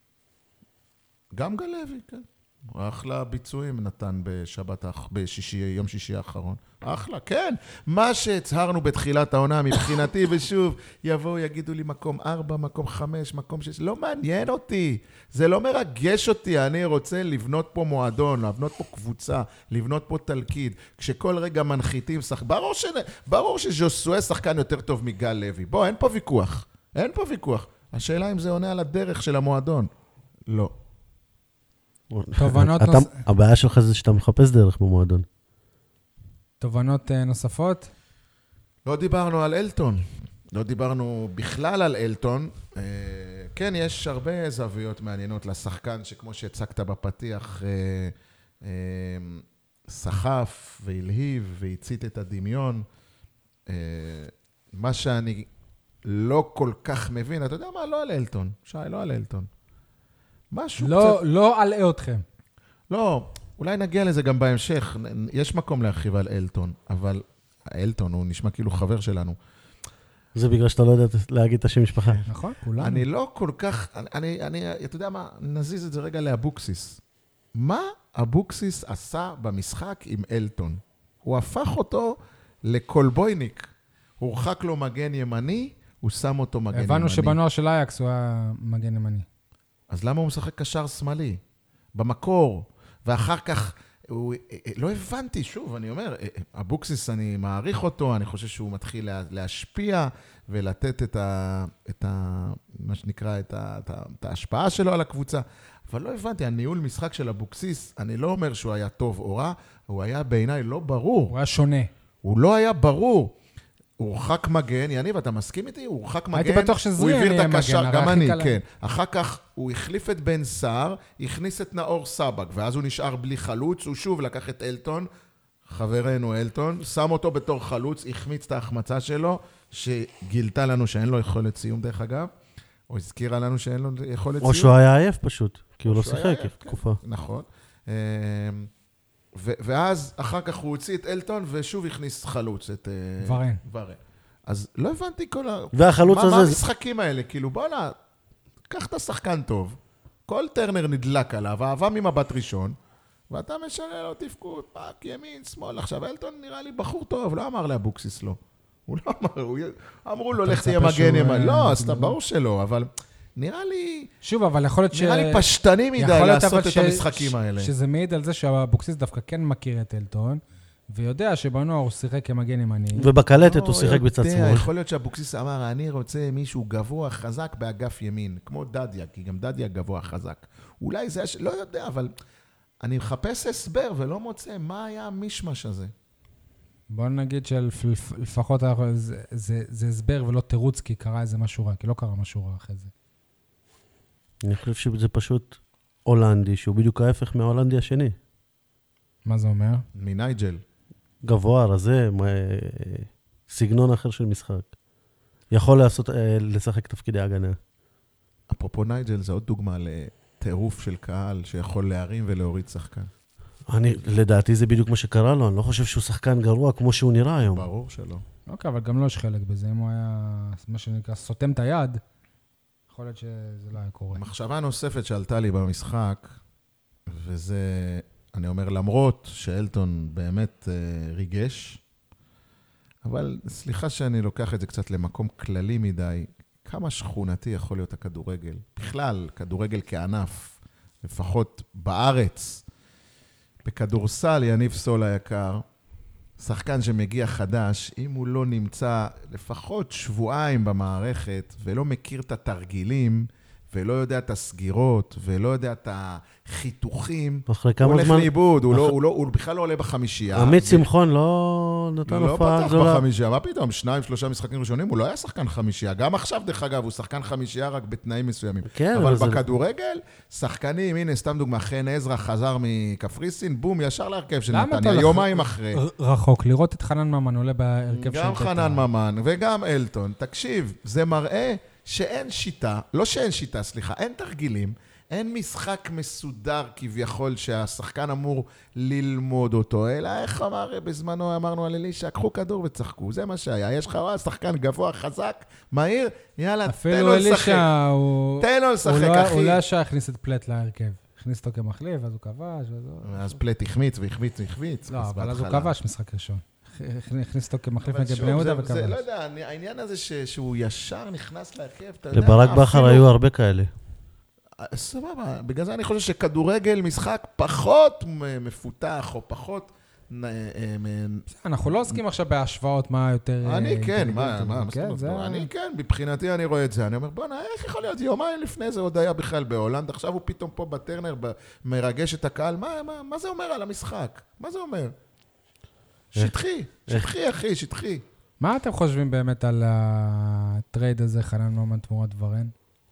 גם גל לוי, כן. אחלה ביצועים נתן בשבת, האח- בשישי, יום שישי האחרון. אחלה, כן. מה שהצהרנו בתחילת העונה מבחינתי, ושוב, יבואו, יגידו לי מקום ארבע, מקום חמש, מקום שש, לא מעניין אותי. זה לא מרגש אותי. אני רוצה לבנות פה מועדון, לבנות פה קבוצה, לבנות פה תלכיד. כשכל רגע מנחיתים שחק... ברור, ש... ברור שז'וסואה שחקן יותר טוב מגל לוי. בוא, אין פה ויכוח. אין פה ויכוח. השאלה אם זה עונה על הדרך של המועדון. לא. תובנות אתה- נוס- הבעיה שלך זה שאתה מחפש דרך במועדון. תובנות אה, נוספות? לא דיברנו על אלטון, לא דיברנו בכלל על אלטון. אה, כן, יש הרבה זוויות מעניינות לשחקן, שכמו שהצגת בפתיח, אה, אה, סחף והלהיב והצית את הדמיון. אה, מה שאני לא כל כך מבין, אתה יודע מה? לא על אלטון, שי, לא על אלטון. משהו לא, קצת... לא אלאה אתכם. לא, אולי נגיע לזה גם בהמשך. יש מקום להרחיב על אלטון, אבל אלטון הוא נשמע כאילו חבר שלנו. זה בגלל שאתה לא יודע להגיד את השם משפחה. נכון? כולנו. אני לא כל כך, אני, אני, אתה יודע מה, נזיז את זה רגע לאבוקסיס. מה אבוקסיס עשה במשחק עם אלטון? הוא הפך אותו לקולבויניק. הוא הורחק לו מגן ימני, הוא שם אותו מגן ימני. הבנו שבנוער של אייקס הוא היה מגן ימני. אז למה הוא משחק קשר שמאלי? במקור. ואחר כך, הוא, לא הבנתי, שוב, אני אומר, אבוקסיס, אני מעריך אותו, אני חושב שהוא מתחיל לה, להשפיע ולתת את ה, את ה, מה שנקרא, את ה, את ה, את ההשפעה שלו על הקבוצה. אבל לא הבנתי, הניהול משחק של אבוקסיס, אני לא אומר שהוא היה טוב או רע, הוא היה בעיניי לא ברור. הוא היה שונה. הוא לא היה ברור. הוא הורחק מגן, יניב, אתה מסכים איתי? הוא הורחק מגן, הייתי בטוח שזריאן הוא העביר יהיה את הקשר, מגן, גם הרי אני, הכי קל כן. אחר כך הוא החליף את בן סער, הכניס את נאור סבג, ואז הוא נשאר בלי חלוץ, הוא שוב לקח את אלטון, חברנו אלטון, שם אותו בתור חלוץ, החמיץ את ההחמצה שלו, שגילתה לנו שאין לו יכולת סיום דרך אגב, או הזכירה לנו שאין לו יכולת סיום. או שהוא היה עייף פשוט, כי הוא לא שהוא היה שיחק עייף, תקופה. נכון. ו- ואז אחר כך הוא הוציא את אלטון, ושוב הכניס חלוץ, את אה, ורן. ורן. אז לא הבנתי כל ה... והחלוץ מה, הזה... מה המשחקים האלה? כאילו, בוא נה, קח את השחקן טוב, כל טרנר נדלק עליו, אהבה ממבט ראשון, ואתה משנה לו תפקוד, פאק, ימין, שמאל. עכשיו, אלטון נראה לי בחור טוב, לא אמר לאבוקסיס לא. הוא לא אמר, הוא... אמרו לו, אתה לך תהיה מצפה מגן שהוא, ימין. אה, לא, אז אתה ברור שלא, אבל נראה לי... שוב, אבל יכול להיות ש... נראה לי פשטני מדי יכול להיות לעשות אבל את ש- המשחקים ש- האלה. שזה מעיד על זה שאבוקסיס דווקא כן מכיר את אלטון, ויודע שבנוער הוא שיחק כמגן ימני. ובקלטת הוא לא שיחק בצד יודע, שמאל. יכול להיות שאבוקסיס אמר, אני רוצה מישהו גבוה, חזק באגף ימין, כמו דדיה, כי גם דדיה גבוה, חזק. אולי זה, הש- לא יודע, אבל אני מחפש הסבר ולא מוצא מה היה המשמש הזה. בוא נגיד שלפחות זה, זה, זה הסבר ולא תירוץ, כי קרה איזה משהו רע, כי לא קרה משהו רע אחרי זה. אני חושב שזה פשוט הולנדי, שהוא בדיוק ההפך מההולנדי השני. מה זה אומר? מנייג'ל. גבוה, רזה, מה- סגנון אחר של משחק. יכול לעשות, אה, לשחק תפקידי הגנה. אפרופו נייג'ל, זה עוד דוגמה לטירוף של קהל שיכול להרים ולהוריד שחקן. אני, לדעתי זה בדיוק מה שקרה לו, אני לא חושב שהוא שחקן גרוע כמו שהוא נראה היום. ברור שלא. אוקיי, אבל גם לא יש חלק בזה. אם הוא היה, מה שנקרא, סותם את היד, יכול להיות שזה לא היה קורה. מחשבה נוספת שעלתה לי במשחק, וזה, אני אומר, למרות שאלטון באמת uh, ריגש, אבל סליחה שאני לוקח את זה קצת למקום כללי מדי, כמה שכונתי יכול להיות הכדורגל. בכלל, כדורגל כענף, לפחות בארץ, בכדורסל, יניב סול היקר, שחקן שמגיע חדש, אם הוא לא נמצא לפחות שבועיים במערכת, ולא מכיר את התרגילים, ולא יודע את הסגירות, ולא יודע את החיתוכים, הוא הולך זמן... לאיבוד, הוא, אח... לא, הוא, לא, הוא בכלל לא עולה בחמישייה. עמית שמחון לא נתן הופעה גדולה. לא פתח בחמישייה, מה פתאום? שניים, שלושה משחקים ראשונים, הוא לא היה שחקן חמישייה. גם עכשיו, דרך אגב, הוא שחקן חמישייה רק בתנאים מסוימים. כן, אבל אבל בכדורגל, זה... שחקנים, הנה, סתם דוגמה, חן עזרא חזר מקפריסין, בום, ישר להרכב של נתניה, יומיים אחרי. רחוק, לראות את חנן ממן עולה בהרכב של... גם חנן ממן וגם אלטון. תקשיב, זה מראה שאין שיטה, לא שאין שיטה, סליחה, אין תרגילים, אין משחק מסודר כביכול שהשחקן אמור ללמוד אותו, אלא איך אמר, בזמנו אמרנו על אלישה, קחו כדור וצחקו, זה מה שהיה, יש לך שחקן גבוה, חזק, מהיר, יאללה, תן לו לשחק. אפילו אלישה, הוא... תן לו לשחק, אחי. הוא לא ישר הכניס את פלט להרכב, הכניס אותו כמחליף, אז הוא כבש, אז פלט החמיץ והחמיץ והחמיץ. לא, אבל אז הוא כבש משחק ראשון. הכניס אותו כמחליף נגד בני יהודה וכבש. לא יודע, העניין הזה שהוא ישר נכנס להרכב, אתה יודע... לברק בכר היו הרבה כאלה. סבבה, בגלל זה אני חושב שכדורגל משחק פחות מפותח או פחות... אנחנו לא עוסקים עכשיו בהשוואות מה יותר... אני כן, מה, מה, אני כן, מבחינתי אני רואה את זה, אני אומר, בוא נראה, איך יכול להיות יומיים לפני זה עוד היה בכלל בהולנד, עכשיו הוא פתאום פה בטרנר מרגש את הקהל, מה זה אומר על המשחק? מה זה אומר? שטחי, שטחי אחי, שטחי. מה אתם חושבים באמת על הטרייד הזה, חנן ממן תמורת ורן?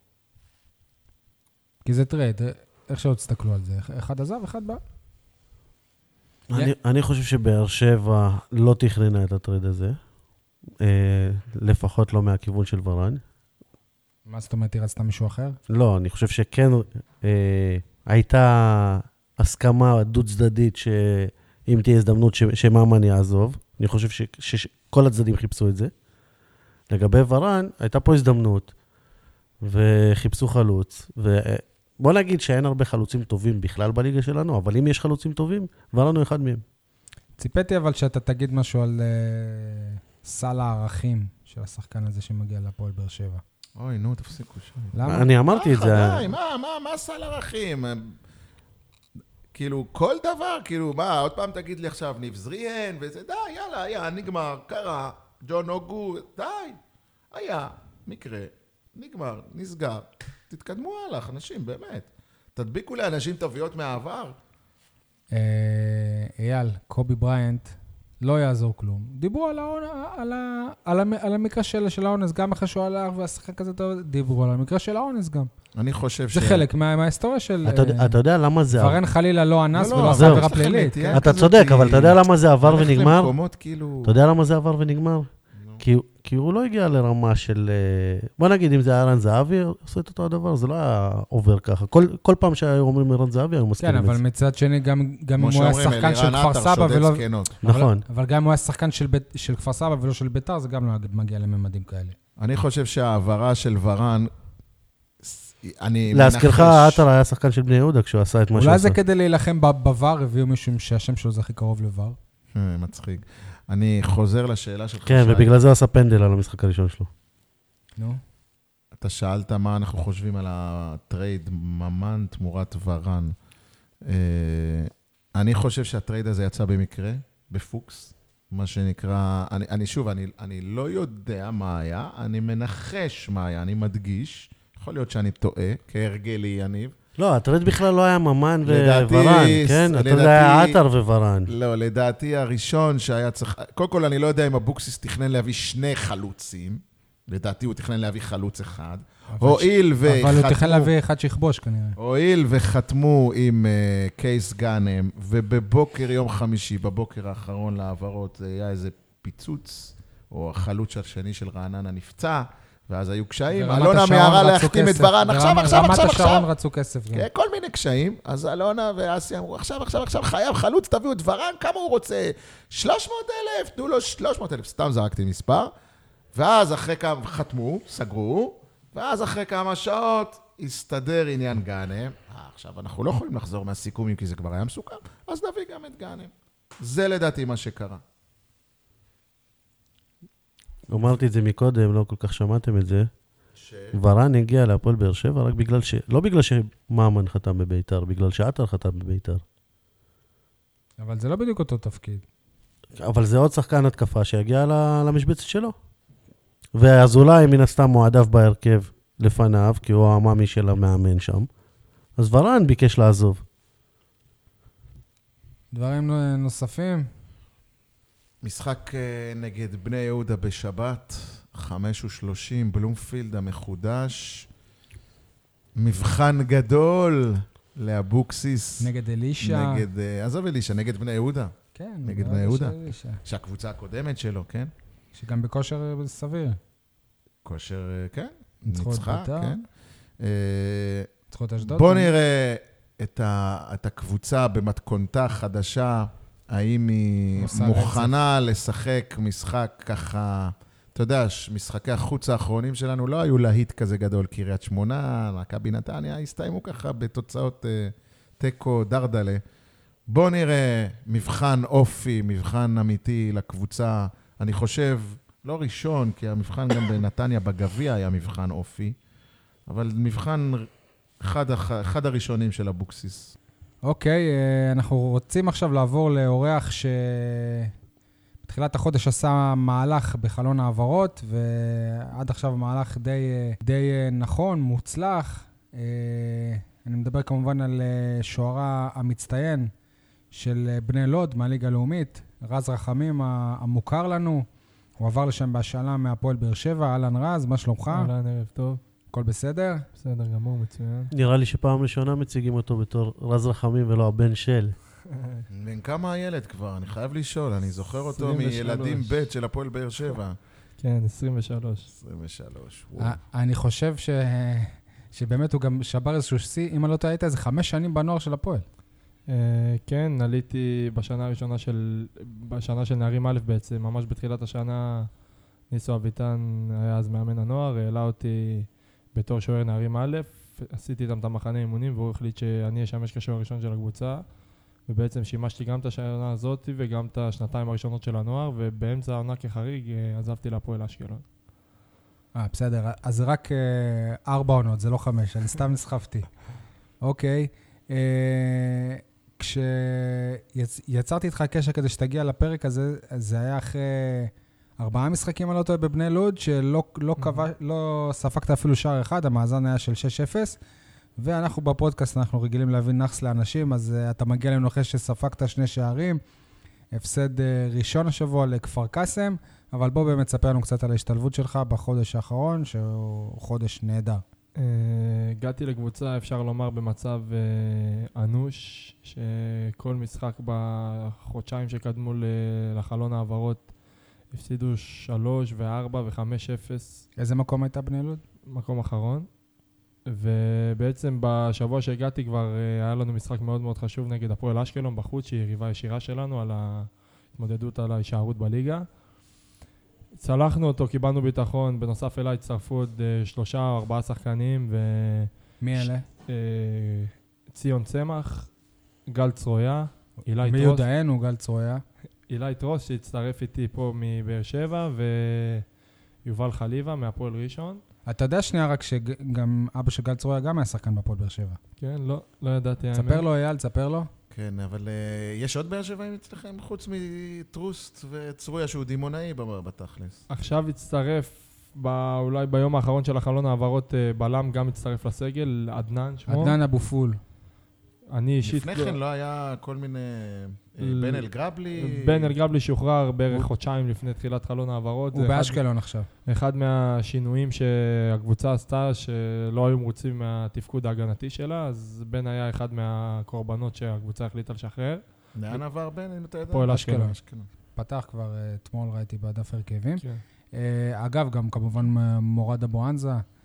כי זה טרייד, איך שעוד תסתכלו על זה? אחד עזב, אחד בא? אני, אני חושב שבאר שבע לא תכננה את הטרייד הזה, אה, לפחות לא מהכיוון של ורן. מה זאת אומרת, היא רצתה מישהו אחר? לא, אני חושב שכן אה, הייתה הסכמה דו צדדית שאם תהיה הזדמנות ש, שממן יעזוב, אני חושב ש, שכל הצדדים חיפשו את זה. לגבי ורן, הייתה פה הזדמנות, וחיפשו חלוץ, ובוא נגיד שאין הרבה חלוצים טובים בכלל בליגה שלנו, אבל אם יש חלוצים טובים, ורן הוא אחד מהם. ציפיתי אבל שאתה תגיד משהו על uh, סל הערכים של השחקן הזה שמגיע לפועל באר שבע. אוי, נו, תפסיקו שם. למה? אני אמרתי את זה. די, מה, מה, מה סל הערכים? כאילו, כל דבר, כאילו, מה, עוד פעם תגיד לי עכשיו, ניב זריאן, וזה, די, יאללה, היה, נגמר, קרה, ג'ון אוגו, די, היה, מקרה. נגמר, נסגר. תתקדמו הלך, אנשים, באמת. תדביקו לאנשים תוויות מהעבר. אייל, קובי בריינט, לא יעזור כלום. דיברו על, העונה, על, ה, על, המ, על המקרה של, של האונס, גם אחרי שהוא הלך והשחקן כזה טוב, דיברו על המקרה של האונס גם. אני חושב ש... זה חלק מה, מההיסטוריה של... אתה, uh, אתה יודע למה זה... ורן חלילה לא אנס ולא עשה עבירה פלילית. כן? אתה צודק, אבל אתה יודע למה זה עבר ונגמר? למקומות, כאילו... אתה יודע למה זה עבר ונגמר? כי, כי הוא לא הגיע לרמה של... בוא נגיד, אם זה היה רן זהבי, עושה את אותו הדבר, זה לא היה עובר ככה. כל, כל פעם שהיו אומרים רן זהבי, היו מסכימים את זה. כן, אבל מצד שני, גם, גם אם הוא היה שחקן של כפר סבא ולא... נכון. אבל, אבל גם אם הוא היה שחקן של, בית, של כפר סבא ולא של ביתר, זה גם לא מגיע לממדים כאלה. אני חושב שהעברה של ורן... אני להזכירך, עטר היה שחקן של בני יהודה כשהוא עשה את מה שעשה. אולי זה כדי להילחם בבר, הביאו מישהו שהשם שלו זה הכי קרוב לבר. מצחיק. אני חוזר לשאלה שלך. כן, ובגלל זה עשה פנדל על המשחק הראשון שלו. נו. אתה שאלת מה אנחנו חושבים על הטרייד ממן תמורת ורן. אני חושב שהטרייד הזה יצא במקרה, בפוקס, מה שנקרא, אני, אני שוב, אני, אני לא יודע מה היה, אני מנחש מה היה, אני מדגיש, יכול להיות שאני טועה, כהרגלי יניב. לא, הטרייד בכלל לא היה ממן וורן, כן? הטרייד היה עטר וורן. לא, לדעתי הראשון שהיה צריך... קודם כל, אני לא יודע אם אבוקסיס תכנן להביא שני חלוצים. לדעתי הוא תכנן להביא חלוץ אחד. הואיל וחתמו... אבל הוא תכנן להביא אחד שיכבוש כנראה. הואיל וחתמו עם קייס גאנם, ובבוקר יום חמישי, בבוקר האחרון לעברות, היה איזה פיצוץ, או החלוץ השני של רעננה נפצע, ואז היו קשיים, אלונה מהרה להחתים את ורן, עכשיו, עכשיו, עכשיו, רמת השרון רצו כסף. כל מיני קשיים, אז אלונה ואסי אמרו, עכשיו, עכשיו, עכשיו, חייב חלוץ, תביאו את ורן, כמה הוא רוצה? שלוש מאות אלף, תנו לו שלוש מאות אלף, סתם זרקתי מספר, ואז אחרי כמה חתמו, סגרו, ואז אחרי כמה שעות הסתדר עניין גאנם. עכשיו, אנחנו לא יכולים לחזור מהסיכומים, כי זה כבר היה מסוכם, אז נביא גם את גאנם. זה לדעתי מה שקרה. אמרתי את זה מקודם, לא כל כך שמעתם את זה. ש... ורן הגיע להפועל באר שבע רק בגלל ש... לא בגלל שמאמן חתם בביתר, בגלל שעטר חתם בביתר. אבל זה לא בדיוק אותו תפקיד. אבל זה עוד שחקן התקפה שיגיע למשבצת שלו. ואזולאי מן הסתם מועדף בהרכב לפניו, כי הוא המאמי של המאמן שם. אז ורן ביקש לעזוב. דברים נוספים? משחק נגד בני יהודה בשבת, חמש ושלושים, בלומפילד המחודש. מבחן גדול לאבוקסיס. נגד אלישה. נגד, עזוב אלישה, נגד בני יהודה. כן. נגד בני יהודה. שהקבוצה הקודמת שלו, כן? שגם בכושר סביר. כושר, כן. ניצחו את ביתר. כן. ניצחו את אשדוד. בוא נראה את, ה, את הקבוצה במתכונתה חדשה, האם היא מוכנה לשחק משחק ככה, אתה יודע, משחקי החוץ האחרונים שלנו לא היו להיט כזה גדול, קריית שמונה, מכבי נתניה, הסתיימו ככה בתוצאות טקו דרדלה. בוא נראה מבחן אופי, מבחן אמיתי לקבוצה. אני חושב, לא ראשון, כי המבחן גם בנתניה בגביע היה מבחן אופי, אבל מבחן אחד, אחד הראשונים של אבוקסיס. אוקיי, אנחנו רוצים עכשיו לעבור לאורח שבתחילת החודש עשה מהלך בחלון העברות, ועד עכשיו מהלך די, די נכון, מוצלח. אני מדבר כמובן על שוערה המצטיין של בני לוד מהליגה הלאומית, רז רחמים המוכר לנו. הוא עבר לשם בהשאלה מהפועל באר שבע. אהלן רז, מה שלומך? אהלן, ערב טוב. הכל בסדר? בסדר גמור, מצוין. נראה לי שפעם ראשונה מציגים אותו בתור רז רחמים ולא הבן של. בן כמה הילד כבר? אני חייב לשאול, אני זוכר אותו מילדים ב' של הפועל באר שבע. כן, עשרים ושלוש. עשרים ושלוש, אני חושב שבאמת הוא גם שבר איזשהו שיא, אם אני לא טועה, היית איזה חמש שנים בנוער של הפועל. כן, עליתי בשנה הראשונה של, בשנה של נערים א' בעצם, ממש בתחילת השנה, ניסו אביטן היה אז מאמן הנוער, העלה אותי בתור שוער נערים א', עשיתי איתם את המחנה אימונים, והוא החליט שאני אשמש כשוער ראשון של הקבוצה, ובעצם שימשתי גם את השנה הזאת וגם את השנתיים הראשונות של הנוער, ובאמצע העונה כחריג עזבתי להפועל אשקלון. אה, בסדר, אז זה רק ארבע עונות, זה לא חמש, אני סתם נסחפתי. אוקיי. כשיצרתי איתך קשר כדי שתגיע לפרק הזה, זה היה אחרי ארבעה משחקים על אותו בבני לוד, שלא לא קבע, לא ספקת אפילו שער אחד, המאזן היה של שש אפס, ואנחנו בפודקאסט, אנחנו רגילים להביא נחס לאנשים, אז uh, אתה מגיע לנו אחרי שספקת שני שערים, הפסד uh, ראשון השבוע לכפר קאסם, אבל בוא באמת ספר לנו קצת על ההשתלבות שלך בחודש האחרון, שהוא חודש נהדר. Uh, הגעתי לקבוצה, אפשר לומר, במצב uh, אנוש, שכל משחק בחודשיים שקדמו לחלון העברות, הפסידו שלוש וארבע וחמש אפס. איזה מקום הייתה בני לוד? מקום אחרון. ובעצם בשבוע שהגעתי כבר היה לנו משחק מאוד מאוד חשוב נגד הפועל אשקלון בחוץ, שהיא יריבה ישירה שלנו על ההתמודדות על ההישארות בליגה. צלחנו אותו, קיבלנו ביטחון, בנוסף אליי הצטרפו עוד שלושה או ארבעה שחקנים. ו... מי אלה? ש... ציון צמח, גל צרויה, אילי מי טרוס. יודענו, גל צרויה. אילי טרוס שהצטרף איתי פה מבאר שבע, ויובל חליבה מהפועל ראשון. אתה יודע שנייה רק שגם אבא של גל צרויה גם היה שחקן בפועל באר שבע. כן, לא, לא ידעתי. תספר לו, אייל, תספר לו. כן, אבל uh, יש עוד באר שבעים אצלכם, חוץ מטרוסט וצרויה שהוא דימונאי בתכלס. עכשיו הצטרף, בא, אולי ביום האחרון של החלון העברות, uh, בלם גם הצטרף לסגל, עדנן שמו. עדנן אבו פול. אני אישית... לפני כן לא היה כל מיני... בן אל גרבלי... בן אל גרבלי שוחרר בערך חודשיים לפני תחילת חלון העברות. הוא באשקלון עכשיו. אחד מהשינויים שהקבוצה עשתה, שלא היו מרוצים מהתפקוד ההגנתי שלה, אז בן היה אחד מהקורבנות שהקבוצה החליטה לשחרר. לאן עבר בן, אם אתה יודע? פועל אשקלון. פתח כבר אתמול, ראיתי בדף הרכבים. אגב, גם כמובן מורד אבו ענזה,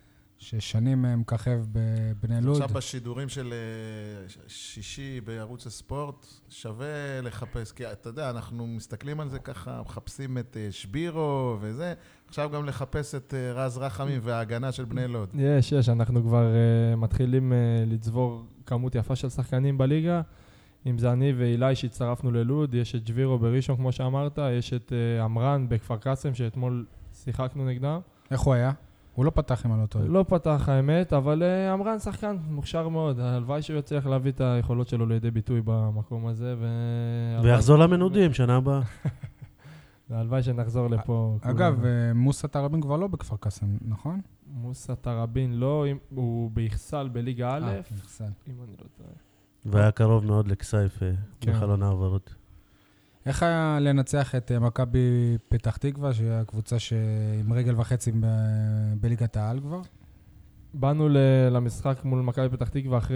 ששנים מככב בבני לוד. עכשיו בשידורים של שישי בערוץ הספורט, שווה לחפש, כי אתה יודע, אנחנו מסתכלים על זה ככה, מחפשים את שבירו וזה, עכשיו גם לחפש את רז רחמים וההגנה של בני לוד. יש, יש, אנחנו כבר uh, מתחילים uh, לצבור כמות יפה של שחקנים בליגה, אם זה אני ואילי שהצטרפנו ללוד, יש את שבירו בראשון כמו שאמרת, יש את uh, אמרן בכפר קאסם שאתמול שיחקנו נגדם. איך הוא היה? הוא לא פתח עם הלוטו. לא פתח האמת, אבל uh, אמרן שחקן מוכשר מאוד. הלוואי שהוא יצליח להביא את היכולות שלו לידי ביטוי במקום הזה. ו... ויחזור למנודים, שנה הבאה. הלוואי שנחזור לפה. אגב, מוסא תראבין כבר לא בכפר קאסם, נכון? מוסא תראבין לא, הוא ביחסל בליגה א', ביחסל. אם אני לא טועה. והיה קרוב מאוד לכסייפה, בחלון העברות. איך היה לנצח את מכבי פתח תקווה, שהיא הקבוצה עם רגל וחצי בליגת העל כבר? באנו למשחק מול מכבי פתח תקווה אחרי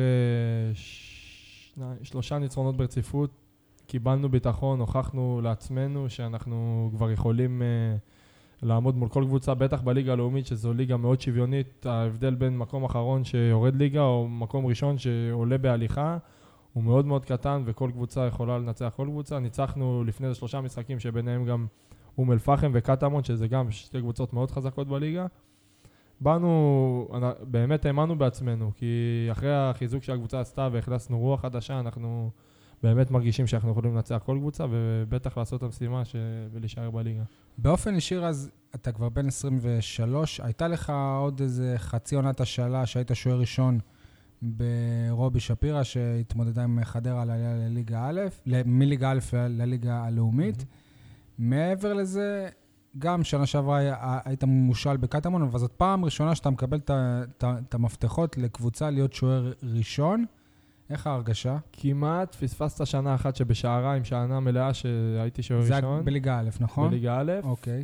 שלושה ניצחונות ברציפות, קיבלנו ביטחון, הוכחנו לעצמנו שאנחנו כבר יכולים לעמוד מול כל קבוצה, בטח בליגה הלאומית, שזו ליגה מאוד שוויונית. ההבדל בין מקום אחרון שיורד ליגה או מקום ראשון שעולה בהליכה, הוא מאוד מאוד קטן, וכל קבוצה יכולה לנצח כל קבוצה. ניצחנו לפני זה שלושה משחקים, שביניהם גם אום אל פחם וקטמון, שזה גם שתי קבוצות מאוד חזקות בליגה. באנו, באמת האמנו בעצמנו, כי אחרי החיזוק שהקבוצה עשתה והכנסנו רוח חדשה, אנחנו באמת מרגישים שאנחנו יכולים לנצח כל קבוצה, ובטח לעשות את המשימה ולהישאר בליגה. באופן ישיר, אז אתה כבר בן עשרים ושלוש, הייתה לך עוד איזה חצי עונת השאלה שהיית שוער ראשון ברובי שפירא, שהתמודדה עם חדרה לליגה א', מליגה א' לליגה הלאומית. מעבר לזה, גם שנה שעברה היית מושל בקטמון, אבל זאת פעם ראשונה שאתה מקבל את המפתחות לקבוצה להיות שוער ראשון. איך ההרגשה? כמעט פספסת שנה אחת שבשעריים, שנה מלאה שהייתי שוער ראשון. זה בליגה א', נכון? בליגה א'. אוקיי.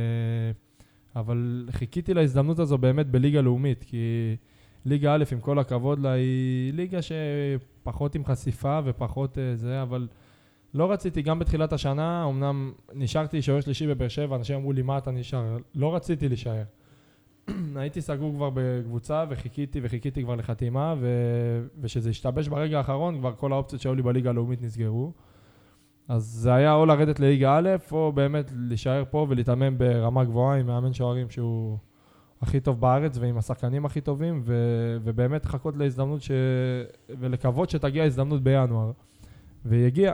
אבל חיכיתי להזדמנות הזו באמת בליגה לאומית, כי ליגה א', עם כל הכבוד לה, היא ליגה שפחות עם חשיפה ופחות זה, אבל לא רציתי, גם בתחילת השנה, אמנם נשארתי שוער שלישי בבאר שבע, אנשים אמרו לי, מה אתה נשאר? לא רציתי להישאר. הייתי סגור כבר בקבוצה, וחיכיתי וחיכיתי כבר לחתימה, ו... ושזה השתבש ברגע האחרון, כבר כל האופציות שהיו לי בליגה הלאומית נסגרו. אז זה היה או לרדת לליגה א', או באמת להישאר פה ולהתאמן ברמה גבוהה עם מאמן שוערים שהוא הכי טוב בארץ, ועם השחקנים הכי טובים, ו... ובאמת לחכות להזדמנות ש... ולקוות שתגיע הזדמנות בינואר. והיא הגיעה.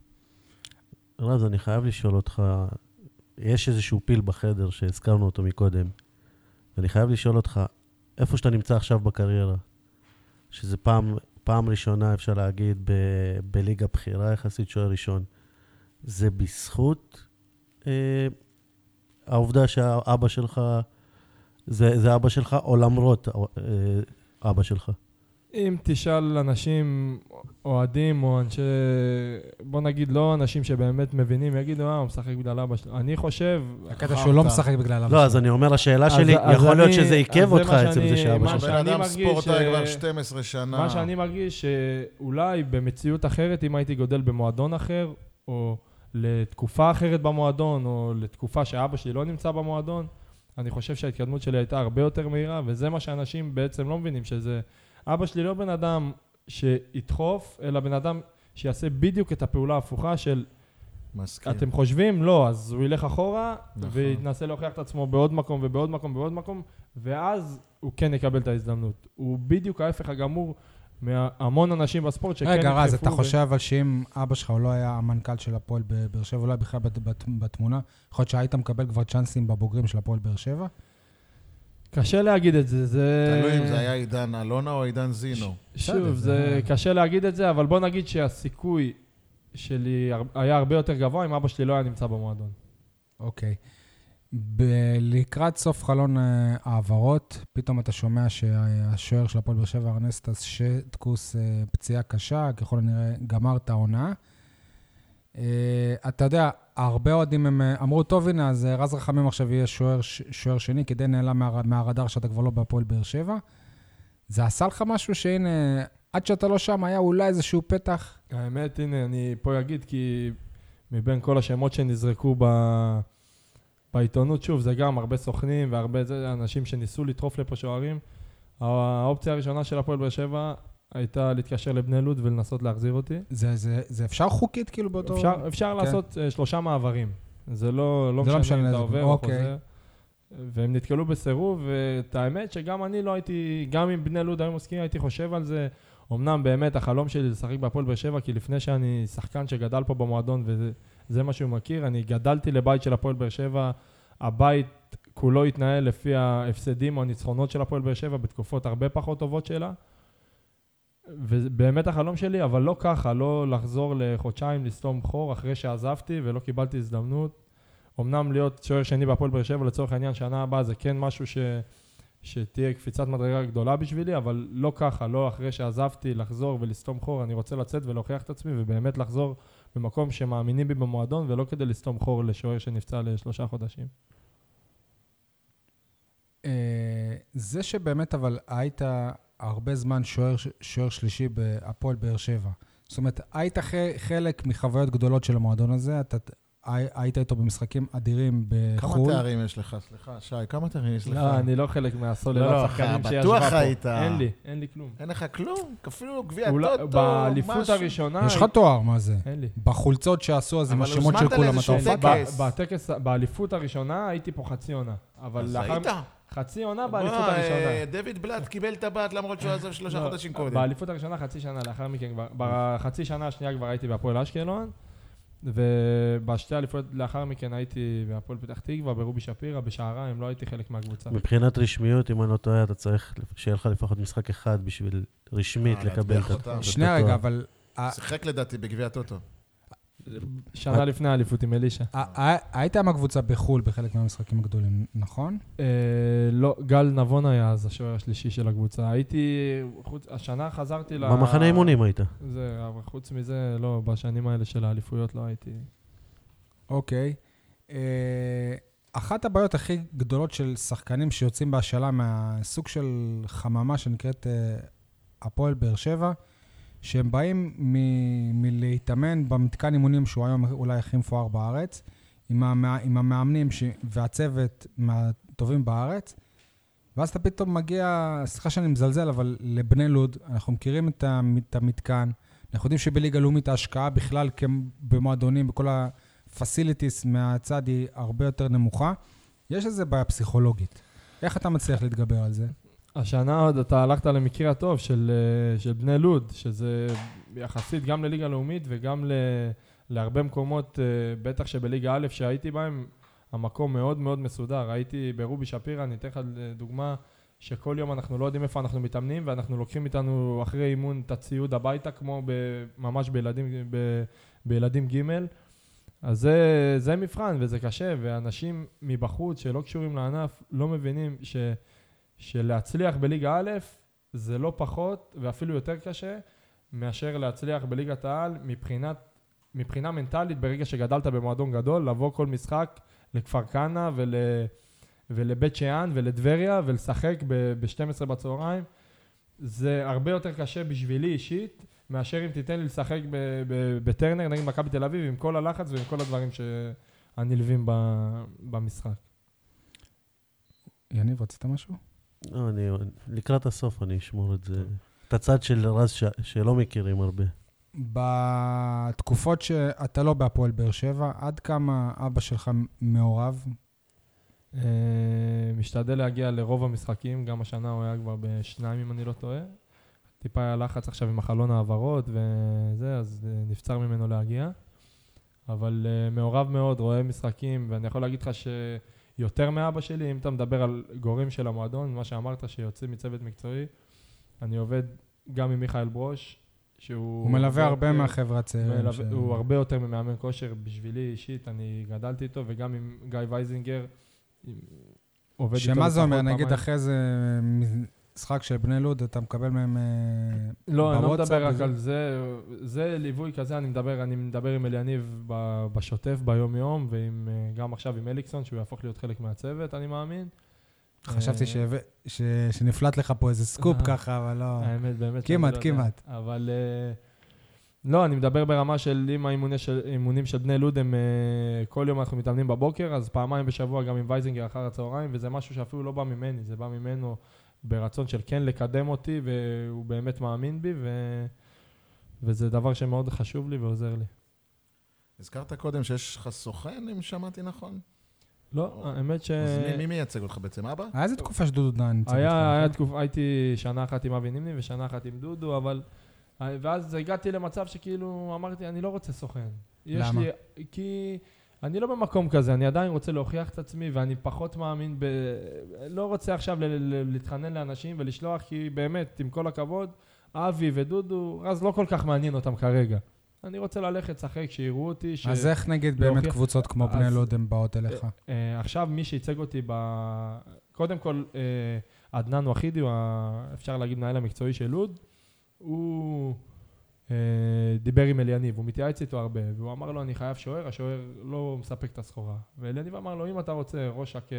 רז, אני חייב לשאול אותך, יש איזשהו פיל בחדר שהזכרנו אותו מקודם, ואני חייב לשאול אותך, איפה שאתה נמצא עכשיו בקריירה, שזה פעם, פעם ראשונה, אפשר להגיד, ב, בליגה בחירה יחסית שוער ראשון, זה בזכות אה, העובדה שהאבא שלך, זה, זה אבא שלך, או למרות אה, אבא שלך? אם תשאל אנשים, אוהדים, או אנשי, בוא נגיד לא אנשים שבאמת מבינים, יגידו, אה, הוא משחק בגלל אבא שלו. אני חושב... הקטע שהוא לא משחק בגלל אבא שלו. לא, אז אני אומר, השאלה שלי, יכול להיות שזה עיכב אותך אצל זה שאבא שלך. בן אדם ספורטאי כבר שתים עשרה שנה. מה שאני מרגיש, שאולי במציאות אחרת, אם הייתי גודל במועדון אחר, או לתקופה אחרת במועדון, או לתקופה שאבא שלי לא נמצא במועדון, אני חושב שההתקדמות שלי הייתה הרבה יותר מהירה, וזה מה שאנשים בעצם לא מבינים, שזה... אבא שלי לא בן אדם שידחוף, אלא בן אדם שיעשה בדיוק את הפעולה ההפוכה של... מסכים. אתם חושבים? לא, אז הוא ילך אחורה, נכון. וינסה להוכיח את עצמו בעוד מקום ובעוד מקום ובעוד מקום, ואז הוא כן יקבל את ההזדמנות. הוא בדיוק ההפך הגמור מהמון אנשים בספורט שכן ידחפו. רגע, רז, אתה חושב אבל שאם אבא שלך הוא לא היה המנכ"ל של הפועל באר שבע, אולי בכלל בתמונה, יכול להיות שהיית מקבל כבר צ'אנסים בבוגרים של הפועל באר שבע? קשה להגיד את זה, זה... תלוי אם זה היה עידן אלונה או עידן זינו. שוב, זה קשה להגיד את זה, אבל בוא נגיד שהסיכוי שלי היה הרבה יותר גבוה אם אבא שלי לא היה נמצא במועדון. אוקיי. לקראת סוף חלון העברות, פתאום אתה שומע שהשוער של הפועל באר שבע, ארנסטס שטקוס, פציעה קשה, ככל הנראה גמר את העונה. אתה יודע, הרבה אוהדים הם אמרו, טוב, הנה, אז רז רחמים עכשיו יהיה שוער, שוער שני, כדי נעלה מה, מהרדאר שאתה כבר לא בהפועל באר שבע. זה עשה לך משהו שהנה, עד שאתה לא שם, היה אולי איזשהו פתח? האמת, הנה, אני פה אגיד, כי מבין כל השמות שנזרקו ב... בעיתונות, שוב, זה גם הרבה סוכנים והרבה זה, אנשים שניסו לטרוף לפה שוערים. האופציה הראשונה של הפועל באר שבע הייתה להתקשר לבני לוד ולנסות להחזיר אותי. זה, זה, זה אפשר חוקית כאילו באותו... אפשר, אפשר כן. לעשות uh, שלושה מעברים. זה לא, לא זה משנה, לא משנה אם איזה- אתה עובר אוקיי. או חוזר. והם נתקלו בסירוב, ואת האמת שגם אני לא הייתי, גם אם בני לוד היו מסכים, הייתי חושב על זה. אמנם באמת החלום שלי לשחק בהפועל באר שבע, כי לפני שאני שחקן שגדל פה במועדון, וזה מה שהוא מכיר, אני גדלתי לבית של הפועל באר שבע, הבית כולו התנהל לפי ההפסדים או הניצחונות של הפועל באר שבע, בתקופות הרבה פחות טובות שלה. ובאמת החלום שלי, אבל לא ככה, לא לחזור לחודשיים לסתום חור אחרי שעזבתי ולא קיבלתי הזדמנות. אמנם להיות שוער שני בהפועל באר שבע לצורך העניין שנה הבאה, זה כן משהו ש... שתהיה קפיצת מדרגה גדולה בשבילי, אבל לא ככה, לא אחרי שעזבתי לחזור ולסתום חור, אני רוצה לצאת ולהוכיח את עצמי ובאמת לחזור במקום שמאמינים בי במועדון, ולא כדי לסתום חור לשוער שנפצע לשלושה חודשים. אה, זה שבאמת אבל היית הרבה זמן שוער, שוער שלישי בהפועל באר שבע. זאת אומרת, היית ח- חלק מחוויות גדולות של המועדון הזה, אתה הי- היית איתו במשחקים אדירים כמה בחו"ל. תארים יש לך? סליחה, שי, כמה תארים יש לך? לא, אני לא חלק לא, מהסוללת לא, שחקנים שישבה בטוח פה. היית. אין לי, אין לי כלום. אין לך כלום? אפילו גביע אולי- טוטו, באליפות משהו. הראשונה... יש לך תואר, מה זה? אין לי. בחולצות שעשו, אז עם אבל השמות של הוזמנת כולם, לאיזשהו אתה טקס. הופעת? טקס. ב- בטקס, באליפות הראשונה הייתי פה חצי עונה. אבל אז לאחר... היית? חצי עונה באליפות בוא, הראשונה. אה, דויד בלאט קיבל טבעת למרות שהוא עזב שלושה לא, חודשים קודם. באליפות הראשונה חצי שנה, לאחר מכן, כבר- בחצי שנה השנייה כבר הייתי בהפועל אשקלון, ובשתי אליפויות לאחר מכן הייתי בהפועל פתח תקווה, ברובי שפירא, בשעריים, לא הייתי חלק מהקבוצה. מבחינת רשמיות, אם אני לא טועה, אתה צריך שיהיה לך לפחות משחק אחד בשביל רשמית אה, לקבל להטביח את אותם. את שנייה התואר. רגע, אבל ה- שיחק לדעתי בגביע טוטו. שנה לפני האליפות עם אלישע. ה- ה- היית עם הקבוצה בחו"ל בחלק מהמשחקים הגדולים, נכון? אה, לא, גל נבון היה אז השוער השלישי של הקבוצה. הייתי, חוץ, השנה חזרתי ל... במחנה אימונים היית. זה, אבל חוץ מזה, לא, בשנים האלה של האליפויות לא הייתי... אוקיי. אה, אחת הבעיות הכי גדולות של שחקנים שיוצאים בהשאלה מהסוג של חממה שנקראת אה, הפועל באר שבע, שהם באים מ- מלהתאמן במתקן אימונים שהוא היום אולי הכי מפואר בארץ, עם, המא, עם המאמנים ש, והצוות מהטובים בארץ, ואז אתה פתאום מגיע, סליחה שאני מזלזל, אבל לבני לוד, אנחנו מכירים את, המ, את המתקן, אנחנו יודעים שבליגה לאומית ההשקעה בכלל במועדונים, בכל הפסיליטיס מהצד היא הרבה יותר נמוכה. יש איזה בעיה פסיכולוגית. איך אתה מצליח להתגבר על זה? השנה עוד אתה הלכת למקרה הטוב של, אה, של בני לוד, שזה יחסית גם לליגה לאומית וגם ל, להרבה מקומות, אה, בטח שבליגה א' שהייתי בהם, המקום מאוד מאוד מסודר. הייתי ברובי שפירא, אני אתן לך דוגמה, שכל יום אנחנו לא יודעים איפה אנחנו מתאמנים, ואנחנו לוקחים איתנו אחרי אימון את הציוד הביתה, כמו ב, ממש בילדים, ב, בילדים ג'. אז זה, זה מבחן וזה קשה, ואנשים מבחוץ שלא קשורים לענף לא מבינים ש... שלהצליח בליגה א' זה לא פחות ואפילו יותר קשה מאשר להצליח בליגת העל מבחינת, מבחינה מנטלית ברגע שגדלת במועדון גדול, לבוא כל משחק לכפר כנא ול, ולבית שאן ולדבריה ולשחק ב-שתים עשרה בצהריים. זה הרבה יותר קשה בשבילי אישית מאשר אם תיתן לי לשחק ב- ב- בטרנר נגד מכבי תל אביב עם כל הלחץ ועם כל הדברים שהנלווים ב- במשחק. יניב, רצית משהו? לא, אני, לקראת הסוף אני אשמור את זה. את הצד של רז ש, שלא מכירים הרבה. בתקופות שאתה לא בהפועל באר שבע, עד כמה אבא שלך מעורב? אה, משתדל להגיע לרוב המשחקים, גם השנה הוא היה כבר בשניים אם אני לא טועה. טיפה היה לחץ עכשיו עם החלון העברות וזה, אז אה, נפצר ממנו להגיע. אבל אה, מעורב מאוד, רואה משחקים, ואני יכול להגיד לך שיותר מאבא שלי, אם אתה מדבר על גורים של המועדון, מה שאמרת שיוצאים מצוות מקצועי, אני עובד גם עם מיכאל ברוש, שהוא... הוא מלווה הרבה יותר- מהחבר'ה הצעירים. מלווה- ש- הוא הרבה יותר ממאמן כושר בשבילי אישית, אני גדלתי איתו, וגם עם גיא וייזינגר, עם- עובד איתו. שמה זה אומר? לפחות נגיד פעמיים. אחרי זה משחק של בני לוד, אתה מקבל מהם אה, לא, אני לא בוואטסאפ מדבר רק וזה? על זה, זה ליווי כזה, אני מדבר, אני מדבר עם אליניב ב- בשוטף ביום יום, וגם עכשיו עם אליקסון, שהוא יהפוך להיות חלק מהצוות, אני מאמין. חשבתי אה, שהבא- ש- שנפלט לך פה איזה סקופ אה. ככה, אבל לא... האמת, באמת. כמעט, שאני לא יודע. כמעט. אבל אה, לא, אני מדבר ברמה של אם האימוני של- אימונים של בני לוד הם אה, כל יום אנחנו מתאמנים בבוקר, אז פעמיים בשבוע גם עם וייזינגר אחר הצהריים, וזה משהו שאפילו לא בא ממני, זה בא ממנו ברצון של כן לקדם אותי, והוא באמת מאמין בי, ו... וזה דבר שמאוד חשוב לי ועוזר לי. הזכרת קודם שיש לך סוכן, אם שמעתי נכון? לא, האמת ש... אז מי, מי מייצג אותך בעצם, אבא? היה איזה תקופה שדודו דן ניצג אותך? היה, היה תקופה, הייתי שנה אחת עם אבי נימני ושנה אחת עם דודו, אבל... ואז הגעתי למצב שכאילו אמרתי, אני לא רוצה סוכן. למה? לי... כי אני לא במקום כזה, אני עדיין רוצה להוכיח את עצמי, ואני פחות מאמין ב... לא רוצה עכשיו ל- ל- להתחנן לאנשים ולשלוח, כי באמת, עם כל הכבוד, אבי ודודו, אז לא כל כך מעניין אותם כרגע. אני רוצה ללכת, שחק, שיראו אותי. ש... אז איך נגיד באמת להוכיח... קבוצות כמו אז... בני לוד הן באות אליך? אה, עכשיו מי שייצג אותי ב... קודם כל, אה, עדנן וחידי, הוא ה... אפשר להגיד מנהל המקצועי של לוד, הוא אה, דיבר עם אליניב, הוא מתייעץ איתו הרבה, והוא אמר לו, אני חייב שוער, השוער לא מספק את הסחורה. ואליניב אמר לו, אם אתה רוצה ראש שקט,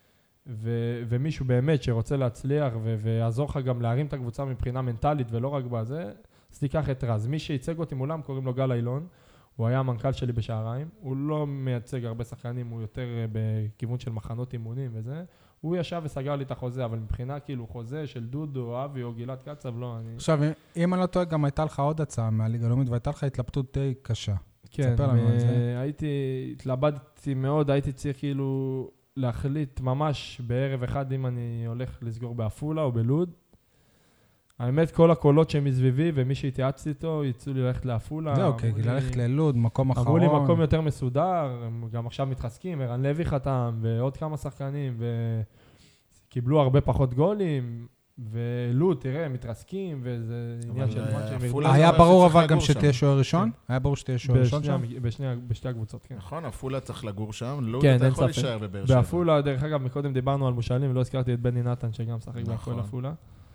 ו- ומישהו באמת שרוצה להצליח ו- ויעזור לך גם להרים את הקבוצה מבחינה מנטלית ולא רק בזה, אז תיקח את רז. מי שייצג אותי מולם קוראים לו גל אילון, הוא היה המנכ"ל שלי בשעריים, הוא לא מייצג הרבה שחקנים, הוא יותר בכיוון של מחנות אימונים וזה, הוא ישב וסגר לי את החוזה, אבל מבחינה כאילו חוזה של דודו, אבי או גלעד קצב, לא, אני... עכשיו, אם אני לא טועה, גם הייתה לך עוד הצעה מהליגה הלאומית, והייתה לך התלבטות די קשה. כן, תספר לנו על זה. הייתי, התלבטתי מאוד, הייתי צריך כאילו להחליט ממש בערב אחד אם אני הולך לסגור באפולה או בלוד. האמת, כל הקולות שמסביבי ומי שהתייעצתי איתו, יצאו לי ללכת לאפולה. זהו, אוקיי, כי ללכת ללוד, מקום אחרון. אמרו לי מקום יותר מסודר, הם גם עכשיו מתחזקים, ערן לוי חתם ועוד כמה שחקנים, וקיבלו הרבה פחות גולים, ולוד, תראה, הם מתרסקים, וזה עניין של זמן שהם ירדו. היה ברור אבל גם שתהיה שוער ראשון? היה ברור שתהיה שוער ראשון שם? בשתי הקבוצות, כן. נכון, אפולה צריך לגור שם, לוד כן, אתה אין יכול ספק. להישאר בבאר שבע. באפולה, דרך אגב, מקודם דיברנו על מושאלים, ולא הזכרתי את בני נתן, שגם שחק נכון. בהפועל אפולה.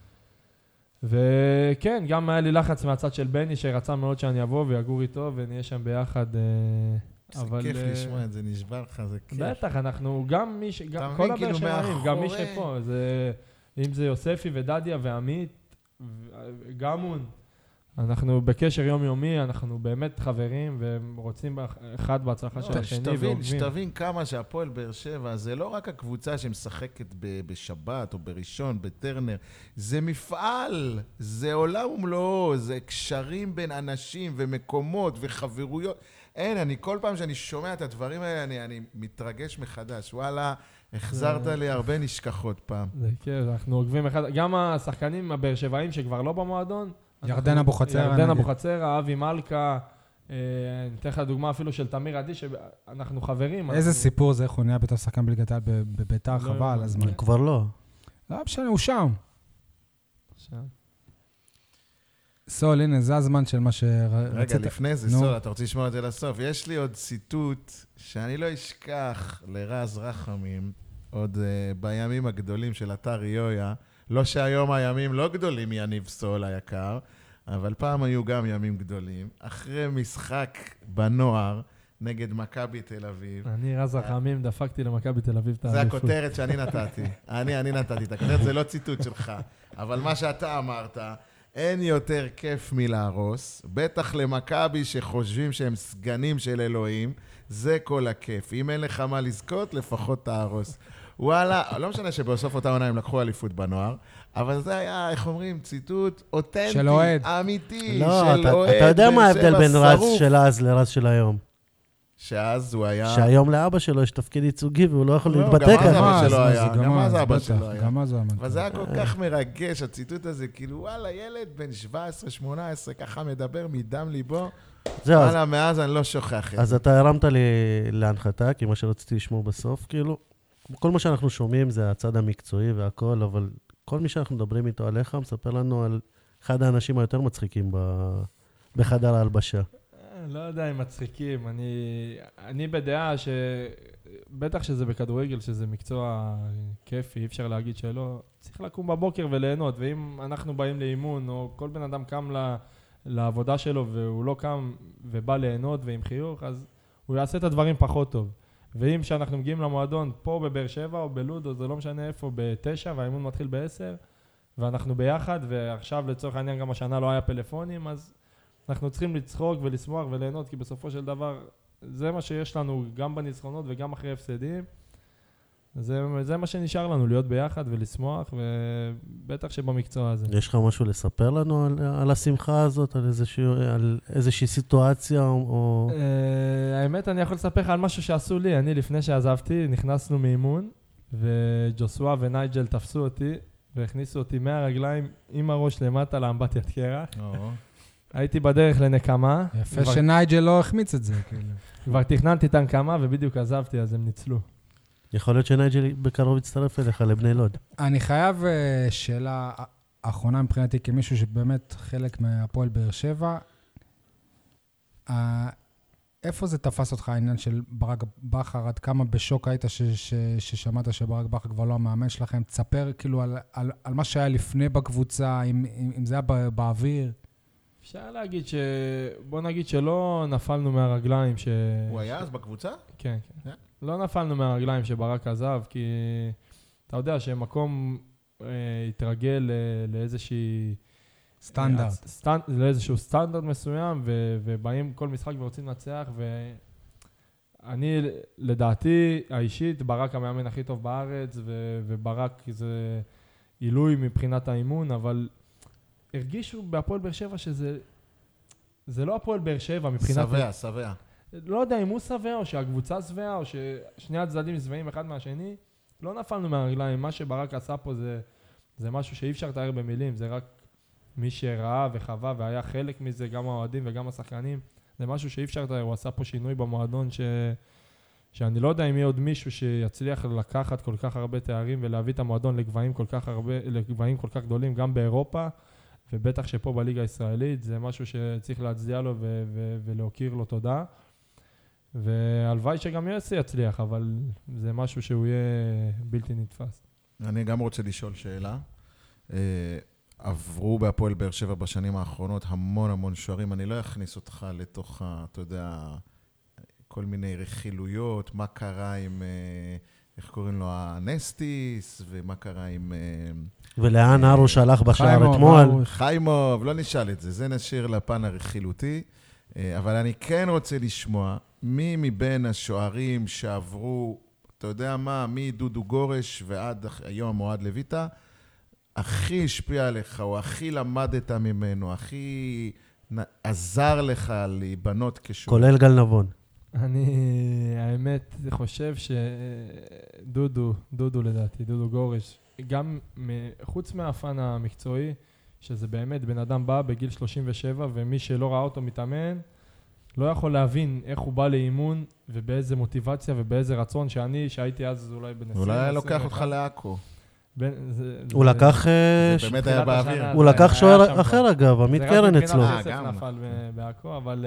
וכן, גם היה לי לחץ מהצד של בני, שרצה מאוד שאני אבוא ויגור איתו, ונהיה שם ביחד. זה כיף לשמוע את זה, נשבר לך, זה כיף. בטח, אנחנו גם מי ש... אתה כל מבין, כאילו הבאר שבעים, גם מי מאחורי. שפה, זה... אם זה יוספי ודדיה ועמית, גמון, אנחנו בקשר יומיומי, אנחנו באמת חברים, ורוצים אחד בהצלחה של השני, שתבין, שתבין כמה שהפועל באר שבע, זה לא רק הקבוצה שמשחקת ב- בשבת או בראשון, בטרנר, זה מפעל, זה עולם ומלואו, זה קשרים בין אנשים ומקומות וחברויות. אין, אני כל פעם שאני שומע את הדברים האלה, אני, אני מתרגש מחדש. וואלה, החזרת לי הרבה נשכחות פעם. זה כן, אנחנו עוקבים אחד, גם השחקנים הבאר שבעים שכבר לא במועדון, ירדן אבוחצירא, ירדן נגיד. אבוחצירא, אבי מלכה, אה, אני אתן לך דוגמה אפילו של תמיר עדי, שאנחנו חברים. איזה אנחנו- סיפור זה, איך הוא נהיה בתור שחקן בליגת העל בביתר, לא, חבל על לא, הזמן. הוא כבר לא. לא משנה, הוא שם. עכשיו. סול, הנה, זה הזמן של מה שרצית. רגע, לפני זה, נו. סול, אתה רוצה לשמוע את זה לסוף. יש לי עוד ציטוט שאני לא אשכח לרז רחמים, עוד uh, בימים הגדולים של אתר יויה. לא שהיום הימים לא גדולים מיניב סול היקר, אבל פעם היו גם ימים גדולים. אחרי משחק בנוער נגד מכבי תל אביב. אני רז רחמים, דפקתי למכבי תל אביב את זה האליפות. הכותרת שאני נתתי. אני, אני נתתי את הכותרת, זה לא ציטוט שלך. אבל מה שאתה אמרת, אין יותר כיף מלהרוס, בטח למכבי שחושבים שהם סגנים של אלוהים, זה כל הכיף. אם אין לך מה לזכות, לפחות תהרוס. וואלה, לא משנה שבסוף אותה עונה הם לקחו אליפות בנוער, אבל זה היה, איך אומרים, ציטוט אותנטי, של אוהד. אמיתי, לא, של אתה, אוהד. אתה יודע מה באר ההבדל שבע בין רז שרוף. של אז לרז של היום? שאז הוא היה... שהיום לאבא שלו יש תפקיד ייצוגי והוא לא יכול לא, להתבטא גם אז ככה. אבא שלו אז, היה, אז, גם אז אז, אבא בטח, שלו היה. גם אז הוא היה אבל מנכ"ל. זה היה כל כך מרגש, הציטוט הזה, כאילו, וואלה, ילד בן שבע עשרה שמונה עשרה, ככה מדבר מדם ליבו. זהו, אז, וואלה, מאז אני לא שוכח את אז זה. אתה הרמת לי להנחתה, כי מה שרציתי לשמור בסוף, כאילו, כל מה שאנחנו שומעים זה הצד המקצועי והכל, אבל כל מי שאנחנו מדברים איתו עליך, מספר לנו על אחד האנשים היותר מצחיקים ב- בחדר ההלבשה. לא יודע אם מצחיקים, אני, אני בדעה שבטח שזה בכדורגל, שזה מקצוע כיפי, אי אפשר להגיד שלא, צריך לקום בבוקר וליהנות, ואם אנחנו באים לאימון, או כל בן אדם קם ל, לעבודה שלו, והוא לא קם ובא ליהנות ועם חיוך, אז הוא יעשה את הדברים פחות טוב. ואם שאנחנו מגיעים למועדון פה בבאר שבע או בלוד, או זה לא משנה איפה, בתשע, והאימון מתחיל בעשר, ואנחנו ביחד, ועכשיו לצורך העניין גם השנה לא היה פלאפונים, אז אנחנו צריכים לצחוק ולשמוח וליהנות, כי בסופו של דבר זה מה שיש לנו גם בניצחונות וגם אחרי הפסדים. זה, זה מה שנשאר לנו, להיות ביחד ולשמוח, ובטח שבמקצוע הזה. יש לך משהו לספר לנו על, על השמחה הזאת, על, איזושהי, על איזושהי סיטואציה? או... Uh, האמת, אני יכול לספר לך על משהו שעשו לי. אני, לפני שעזבתי, נכנסנו מאימון, וג'וסווה ונייג'ל תפסו אותי, והכניסו אותי מהרגליים עם הראש למטה לאמבטיית קרח. הייתי בדרך לנקמה. יפה שנייג'ל לא החמיץ את זה, כאילו. כבר תכננתי את הנקמה, ובדיוק עזבתי, אז הם ניצלו. יכול להיות שנייג'ל בקרוב יצטרף אליך לבני לוד. אני חייב שאלה אחרונה מבחינתי, כמישהו שבאמת חלק מהפועל באר שבע. איפה זה תפס אותך העניין של ברק בכר? עד כמה בשוק היית ש- ש- ששמעת שברק בכר כבר לא המאמן שלכם? תספר כאילו על, על, על מה שהיה לפני בקבוצה, אם, אם, אם זה היה בא, באוויר. אפשר להגיד ש... בוא נגיד שלא נפלנו מהרגליים ש... הוא היה אז בקבוצה? כן, כן. Yeah. לא נפלנו מהרגליים שברק עזב, כי אתה יודע שמקום אה, התרגל לאיזושהי... סטנדרט. סטנד... לאיזשהו סטנדרט מסוים, ו... ובאים כל משחק ורוצים לנצח, ואני, לדעתי, האישית, ברק המאמן הכי טוב בארץ, ו... וברק זה עילוי מבחינת האימון, אבל הרגישו בהפועל באר שבע שזה... זה לא הפועל באר שבע מבחינת... שבע, שבע. לא יודע אם הוא שבע, או שהקבוצה שבעה, או ששני הצדדים שבעים אחד מהשני. לא נפלנו מהרגליים. מה שברק עשה פה זה, זה משהו שאי אפשר לתאר במילים. זה רק מי שראה וחווה והיה חלק מזה, גם האוהדים וגם השחקנים. זה משהו שאי אפשר לתאר. הוא עשה פה שינוי במועדון ש... שאני לא יודע אם יהיה עוד מישהו שיצליח לקחת כל כך הרבה תארים ולהביא את המועדון לגבהים כל כך הרבה, לגבהים כל כך גדולים, גם באירופה, ובטח שפה בליגה הישראלית. זה משהו שצריך להצדיע לו ו- ו- ולהוקיר לו תודה. והלוואי שגם יוסי יצליח, אבל זה משהו שהוא יהיה בלתי נתפס. אני גם רוצה לשאול שאלה. עברו בהפועל באר שבע בשנים האחרונות המון המון שוערים. אני לא אכניס אותך לתוך, אתה יודע, כל מיני רכילויות, מה קרה עם, איך קוראים לו, הנסטיס, ומה קרה עם... ולאן ארוש הלך בשער אתמול? חיימוב, לא נשאל את זה, זה נשאיר לפן הרכילותי. אבל אני כן רוצה לשמוע מי מבין השוערים שעברו, אתה יודע מה, מדודו גורש ועד היום מועד לויטה, הכי השפיע עליך, או הכי למדת ממנו, הכי עזר לך להיבנות כשוער. כולל גל נבון. אני, האמת, חושב שדודו, דודו לדעתי, דודו גורש, גם חוץ מהפן המקצועי, שזה באמת בן אדם בא בגיל שלושים ושבע, ומי שלא ראה אותו מתאמן, לא יכול להבין איך הוא בא לאימון, ובאיזה מוטיבציה ובאיזה רצון, שאני, שהייתי אז אולי בנסיעה. אולי היה לוקח אותך לעכו. הוא לקח... זה באמת היה באוויר. הוא לקח שוער אחר אגב, עמית קרן אצלו. זה רק מבחינת כסף נפל בעכו, אבל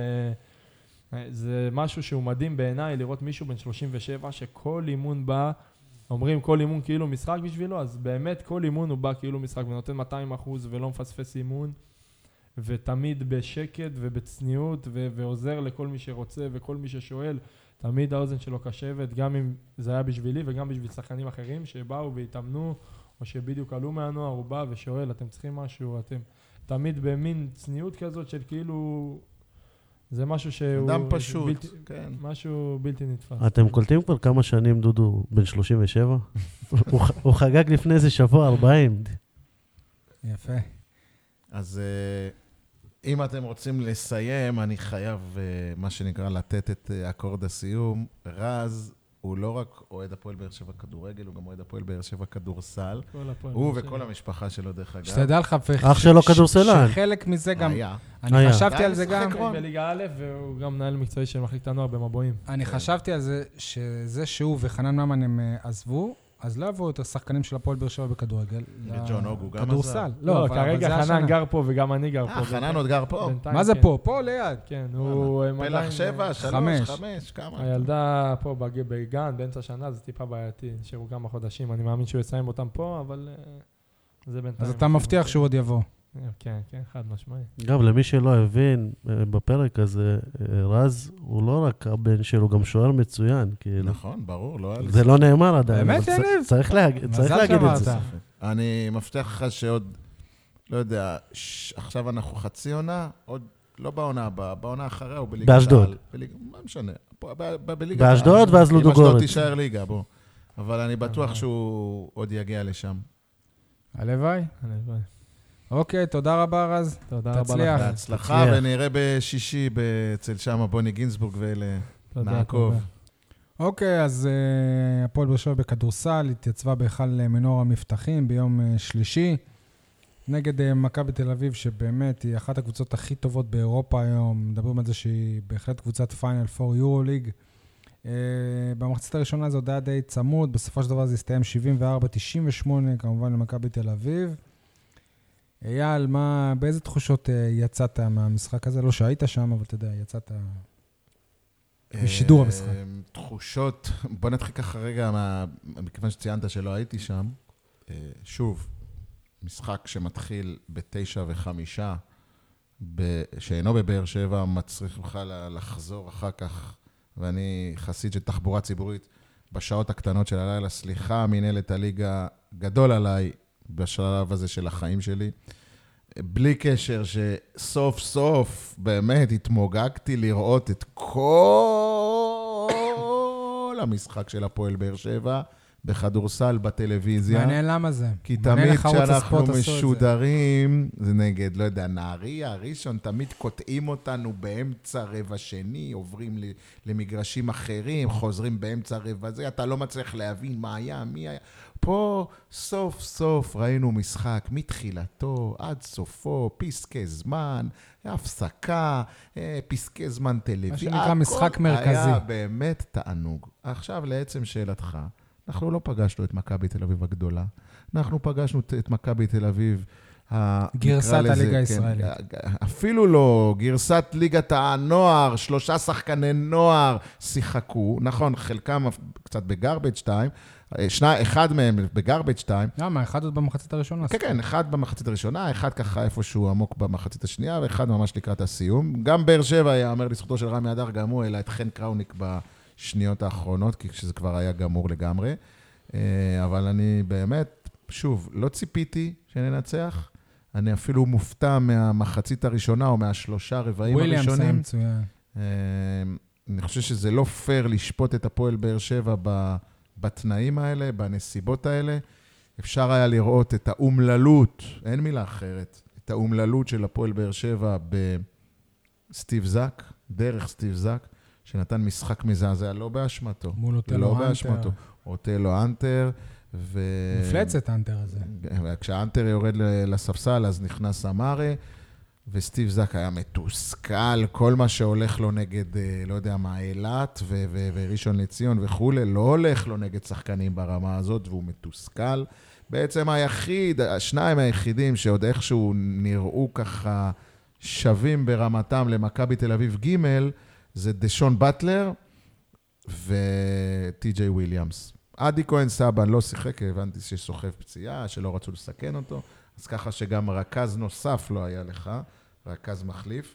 זה משהו שהוא מדהים בעיניי, לראות מישהו בן שלושים ושבע, שכל אימון בא, אומרים כל אימון כאילו משחק בשבילו, אז באמת כל אימון הוא בא כאילו משחק, ונותן מאתיים אחוז ולא מפספס אימון, ותמיד בשקט ובצניעות, ו- ועוזר לכל מי שרוצה וכל מי ששואל, תמיד האוזן שלו קשבת, גם אם זה היה בשבילי וגם בשביל שחקנים אחרים שבאו והתאמנו, או שבדיוק עלו מהנוער, הוא בא ושואל, אתם צריכים משהו, אתם תמיד במין צניעות כזאת של כאילו, זה משהו שהוא... אדם פשוט, בלתי, כן. משהו בלתי נתפס. אתם קולטים כבר כמה שנים דודו בן שלושים ושבע? הוא, הוא חגג לפני איזה שבוע ארבעים. יפה. אז אם אתם רוצים לסיים, אני חייב, מה שנקרא, לתת את אקורד הסיום. רז הוא לא רק אוהד הפועל באר שבע כדורגל, הוא גם אוהד הפועל באר שבע כדורסל. הוא וכל המשפחה שלו דרך אגב. שתדע לך, אח שלו כדורסלן. שחלק מזה גם... היה. אני חשבתי על זה גם... בליגה א', והוא גם מנהל מקצועי של מחלקת הנוער במבואים. אני חשבתי על זה, שזה שהוא וחנן ממן הם עזבו, אז לא יבואו את השחקנים של הפועל באר שבע בכדורגל. וג'ון אוגו גם עזב. כדורסל. לא, כרגע חנן גר פה וגם אני גר פה. אה, חנן עוד גר פה? מה זה פה? פה ליד. כן, הוא... פלח שבע, שלוש, חמש, כמה? הילדה פה בגן, באמצע שנה, זה טיפה בעייתי. נשארו כמה חודשים, אני מאמין שהוא יסיים אותם פה, אבל זה בינתיים. אז אתה מבטיח שהוא עוד יבוא. כן, כן, חד משמעי. גם למי שלא הבין, בפרק הזה, רז הוא לא רק הבן שלו, גם שוער מצוין. נכון, ברור. זה לא נאמר עדיין. באמת, יניב? צריך להגיד את זה. אני מבטיח לך שעוד, לא יודע, עכשיו אנחנו חצי עונה, עוד לא בעונה הבאה, בעונה אחריה הוא בליגת העל. באשדוד. מה משנה? באשדוד ואז לודו גורץ. אם אשדוד תישאר ליגה, בוא. אבל אני בטוח שהוא עוד יגיע לשם. הלוואי. הלוואי. אוקיי, תודה רבה, רז. תודה רבה תצליח. לך. בהצלחה, תצליח. ונראה בשישי אצל שמה בוני גינסבורג ואלה תודה, נעקוב. תודה. אוקיי, אז uh, הפועל באר שבע בכדורסל התייצבה בהיכל מנור המבטחים ביום uh, שלישי, נגד uh, מכבי תל אביב, שבאמת היא אחת הקבוצות הכי טובות באירופה היום. מדברים על זה שהיא בהחלט קבוצת פיינל פור יורו ליג. Uh, במחצית הראשונה זה עוד היה די צמוד, בסופו של דבר זה הסתיים שבעים וארבע תשעים ושמונה, כמובן למכבי תל אביב. אייל, מה, באיזה תחושות uh, יצאת מהמשחק הזה? לא שהיית שם, אבל אתה יודע, יצאת בשידור המשחק. תחושות, בוא נתחיל ככה רגע, מכיוון שציינת שלא הייתי שם. שוב, משחק שמתחיל בתשע וחמישה, שאינו בבאר שבע, מצריך בכלל לחזור אחר כך, ואני חסיד של תחבורה ציבורית בשעות הקטנות של הלילה. סליחה, מנהלת הליגה, גדול עליי בשלב הזה של החיים שלי. בלי קשר שסוף סוף באמת התמוגגתי לראות את כל המשחק של הפועל באר שבע בכדורסל בטלוויזיה. מעניין למה זה. כי תמיד כשאנחנו משודרים, זה נגד, לא יודע, נהריה, ראשון, תמיד קוטעים אותנו באמצע רבע שני, עוברים למגרשים אחרים, חוזרים באמצע רבע זה, אתה לא מצליח להבין מה היה, מי היה. פה סוף סוף ראינו משחק מתחילתו עד סופו, פסקי זמן, הפסקה, פסקי זמן טלוויזיה. מה שנקרא משחק מרכזי. היה באמת תענוג. עכשיו לעצם שאלתך, אנחנו לא פגשנו את מכבי תל אביב הגדולה, אנחנו פגשנו את מכבי תל אביב, גרסת הליגה הישראלית. אפילו לא, גרסת ליגת הנוער, שלושה שחקני נוער שיחקו, נכון, חלקם קצת בגרבג' שתיים, שני, אחד מהם בגרבג' שתיים. למה? אחד עוד במחצית הראשונה. כן, כן, אחד במחצית הראשונה, אחד ככה איפשהו עמוק במחצית השנייה, ואחד ממש לקראת הסיום. גם באר שבע יאמר לזכותו של רמי אדר, גם הוא העלה את חן קראוניק בשניות האחרונות, כי שזה כבר היה גמור לגמרי. אבל אני באמת, שוב, לא ציפיתי שננצח. אני אפילו מופתע מהמחצית הראשונה, או מהשלושה רבעים הראשונים. וויליאמס היה מצוין. אני חושב שזה לא פייר לשפוט את הפועל באר שבע בתנאים האלה, בנסיבות האלה. אפשר היה לראות את האומללות, אין מילה אחרת, את האומללות של הפועל באר שבע בסטיב זק, דרך סטיב זק, שנתן משחק מזעזע, לא באשמתו. מול אוטלו לא אנטר. באשמתו. אוטלו אנטר, ו... מפלצת אנטר הזה. כשהאנטר יורד לספסל, אז נכנס אמרה, וסטיב זק היה מתוסכל, כל מה שהולך לו נגד, לא יודע מה, אילת ו- ו- וראשון לציון וכו', לא הולך לו נגד שחקנים ברמה הזאת, והוא מתוסכל. בעצם היחיד, השניים היחידים שעוד איכשהו נראו ככה שווים ברמתם למכבי תל אביב ג' זה דשון בטלר וטי.ג'יי וויליאמס. עדי כהן סבן לא שיחק, הבנתי שסוחב פציעה, שלא רצו לסכן אותו, אז ככה שגם רכז נוסף לא היה לך, רכז מחליף.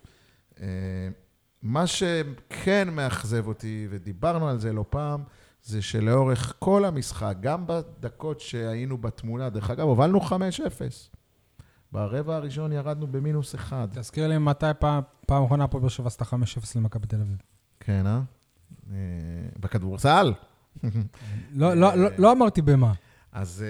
מה שכן מאכזב אותי, ודיברנו על זה לא פעם, זה שלאורך כל המשחק, גם בדקות שהיינו בתמונה, דרך אגב, הובלנו חמש אפס. ברבע הראשון ירדנו במינוס אחד. תזכיר לי מתי פעם, פעם אחרונה פה באר שבע עשתה חמש אפס למכבי תל אביב. כן, אה? בכדורסל? לא, לא, לא, לא אמרתי במה. אז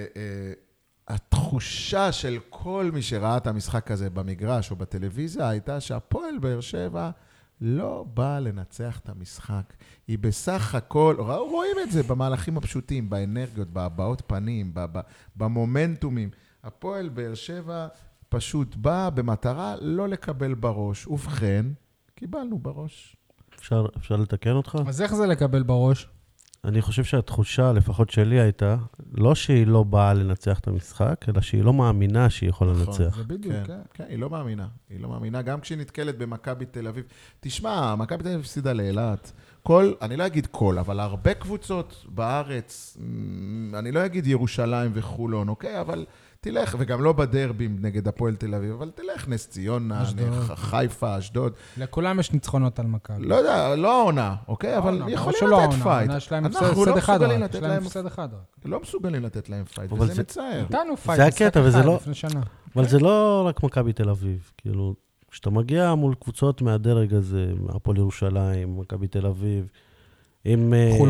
התחושה של כל מי שראה את המשחק הזה במגרש או בטלוויזיה הייתה שהפועל באר שבע לא באה לנצח את המשחק. היא בסך הכל, רואים את זה במהלכים הפשוטים, באנרגיות, בהבעות פנים, במומנטומים. הפועל באר שבע פשוט באה במטרה לא לקבל בראש. ובכן, קיבלנו בראש. אפשר, אפשר לתקן אותך? אז איך זה לקבל בראש? אני חושב שהתחושה, לפחות שלי, הייתה, לא שהיא לא באה לנצח את המשחק, אלא שהיא לא מאמינה שהיא יכולה לנצח. זה בדיוק, כן, כן, היא לא מאמינה. היא לא מאמינה, גם כשהיא נתקלת במכבי תל אביב. תשמע, מכבי תל אביב הפסידה לאילת. כל, אני לא אגיד כל, אבל הרבה קבוצות בארץ, אני לא אגיד ירושלים וחולון, אוקיי? אבל תלך, וגם לא בדרבים נגד הפועל תל אביב, אבל תלך נס ציונה, חיפה, אשדוד. לכולם יש ניצחונות על מכבי. לא יודע, לא עונה, אוקיי? אבל יכולים לתת פייט. אנחנו לא מסוגלים לתת להם פייט. לא מסוגלים לתת להם פייט, וזה מצער. נתנו פייט, זה הקטע, וזה לא... לפני שנה. אבל זה לא רק מכבי תל אביב, כאילו, כשאתה מגיע מול קבוצות מהדרג הזה, הפועל ירושלים, מכבי תל אביב, עם, חולון.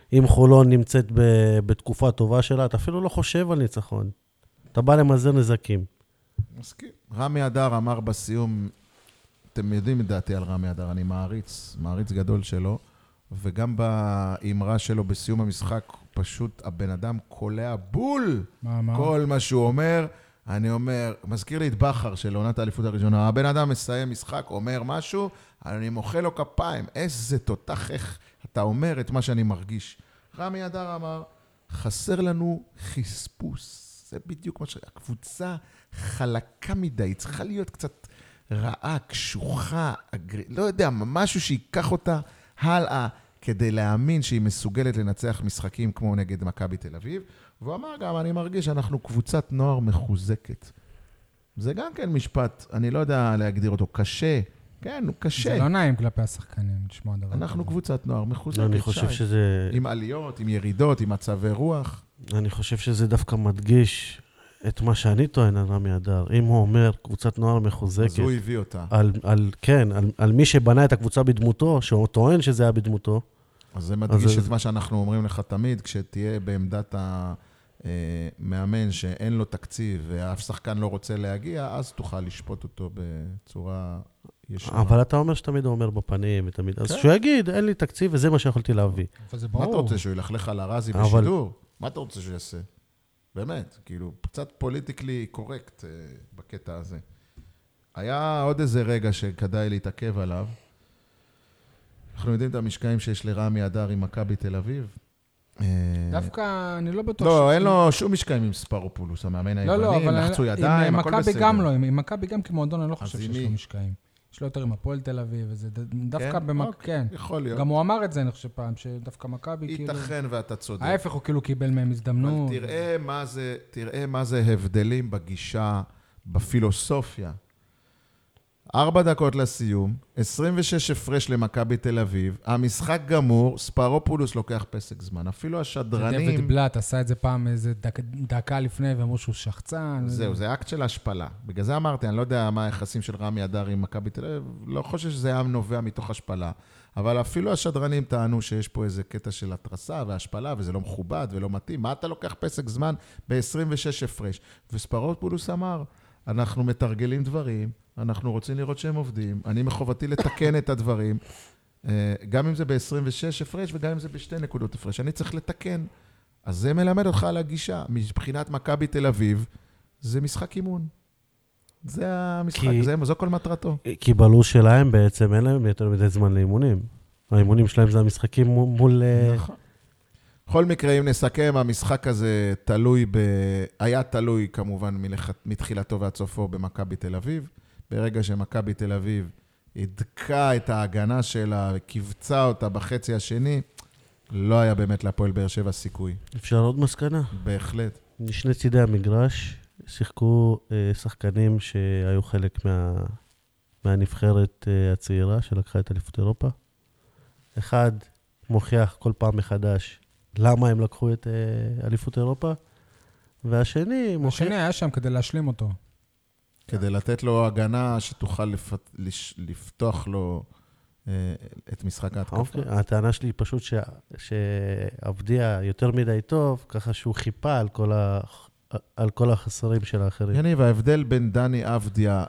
אם חולון נמצאת ב- בתקופה טובה שלה, אתה אפילו לא חושב על ניצחון. אתה בא למזער נזקים. מסכים. רמי אדר אמר בסיום, אתם יודעים את דעתי על רמי אדר, אני מעריץ, מעריץ גדול שלו, וגם באמרה שלו בסיום המשחק, פשוט הבן אדם קולע בול. מה, מה? כל מה שהוא אומר, אני אומר, מזכיר לי את בכר של עונת האליפות הראשונה, הבן אדם מסיים משחק, אומר משהו, אני מוחא לו כפיים, איזה תותח, איך אתה אומר את מה שאני מרגיש. רמי אדר אמר, חסר לנו חספוס. זה בדיוק מה שהקבוצה חלקה מדי, צריכה להיות קצת רעה, קשוחה, אגר... לא יודע, משהו שיקח אותה הלאה, כדי להאמין שהיא מסוגלת לנצח משחקים כמו נגד מכבי תל אביב. והוא אמר גם, אני מרגיש שאנחנו קבוצת נוער מחוזקת. זה גם כן משפט, אני לא יודע להגדיר אותו, קשה. כן, הוא קשה. זה לא נעים כלפי השחקנים, לשמוע דבר. אנחנו קבוצת נוער מחוזקת. אני חושב שי. שזה... עם עליות, עם ירידות, עם מצבי רוח. אני חושב שזה דווקא מדגיש את מה שאני טוען על רמי אדר. אם הוא אומר קבוצת נוער מחוזקת... אז הוא הביא אותה. על, על, כן, על, על מי שבנה את הקבוצה בדמותו, שהוא טוען שזה היה בדמותו. אז זה מדגיש אז את מה שאנחנו אומרים לך תמיד, כשתהיה בעמדת המאמן שאין לו תקציב ואף שחקן לא רוצה להגיע, אז תוכל לשפוט אותו בצורה ישרה. אבל אתה אומר שתמיד הוא אומר בפנים, ותמיד... אז כן. שהוא יגיד, אין לי תקציב וזה מה שיכולתי להביא. אבל זה מה ברור. אתה רוצה, שהוא ילכלך על הרזי אבל- בשידור? מה אתה רוצה שהוא יעשה? באמת, כאילו, קצת פוליטיקלי קורקט אה, בקטע הזה. היה עוד איזה רגע שכדאי להתעכב עליו. אנחנו יודעים את המשקעים שיש לרמי אדר עם מכבי תל אביב. אה, דווקא אני לא בטוח. לא, ש- אין לו שום משקעים עם ספרופולוס, המאמן לא, לא, היווני, אבל לחצו עם ידיים, הכל מכבי בסדר. גם לא, עם עם מכבי גם כמועדון, אני לא חושב עם שיש מי? לו משקעים. יש לו יותר עם הפועל תל אביב, וזה ד- דווקא כן? במכבי, אוקיי, כן. יכול להיות. גם הוא אמר את זה, אני חושב פעם, שדווקא מכבי כאילו... ייתכן ואתה צודק. ההפך, הוא כאילו קיבל מהם הזדמנות. אבל תראה מה זה, תראה מה זה הבדלים בגישה, בפילוסופיה. ארבע דקות לסיום, עשרים ושש הפרש למכבי תל אביב, המשחק גמור, ספרופולוס לוקח פסק זמן. אפילו השדרנים... דויד בלאט עשה את זה פעם איזה דק, דקה לפני, ואמרו שהוא שחצן. זהו, זה אקט של השפלה. בגלל זה אמרתי, אני לא יודע מה היחסים של רמי אדר עם מכבי תל אביב, לא חושב שזה היה נובע מתוך השפלה. אבל אפילו השדרנים טענו שיש פה איזה קטע של התרסה והשפלה, וזה לא מכובד ולא מתאים. מה אתה לוקח פסק זמן ב-עשרים ושש הפרש? וספרופולוס אמר, אנחנו מתרגלים דברים, אנחנו רוצים לראות שהם עובדים, אני מחובתי לתקן את הדברים, גם אם זה ב-עשרים ושש הפרש וגם אם זה בשתי נקודות הפרש. אני צריך לתקן. אז זה מלמד אותך על הגישה. מבחינת מכבי תל אביב, זה משחק אימון. זה המשחק, כי- זה, זו כל מטרתו. כי בלו"ז שלהם בעצם אין להם יותר מדי זמן לאימונים. האימונים שלהם זה המשחקים מול... מול אה, נכון. בכל מקרה, אם נסכם, המשחק הזה תלוי ב... היה תלוי כמובן מלכת... מתחילתו ועד סופו במכבי תל אביב. ברגע שמכבי תל אביב הדקה את ההגנה שלה וקיבצה אותה בחצי השני, לא היה באמת להפועל באר שבע סיכוי. אפשר עוד מסקנה. בהחלט. משני צידי המגרש שיחקו אה, שחקנים שהיו חלק מה, מהנבחרת אה, הצעירה שלקחה את אליפות אירופה. אחד מוכיח כל פעם מחדש למה הם לקחו את אה, אליפות אירופה, והשני מוכיח... השני היה שם כדי להשלים אותו. כדי לתת לו הגנה שתוכל לפ... לש... לפתוח לו אה, את משחק ההתקפה. אוקיי, הטענה שלי היא פשוט ש... שעבדיה יותר מדי טוב, ככה שהוא חיפה על כל, ה... על כל החסרים של האחרים. יניב, ההבדל בין דני אבדיה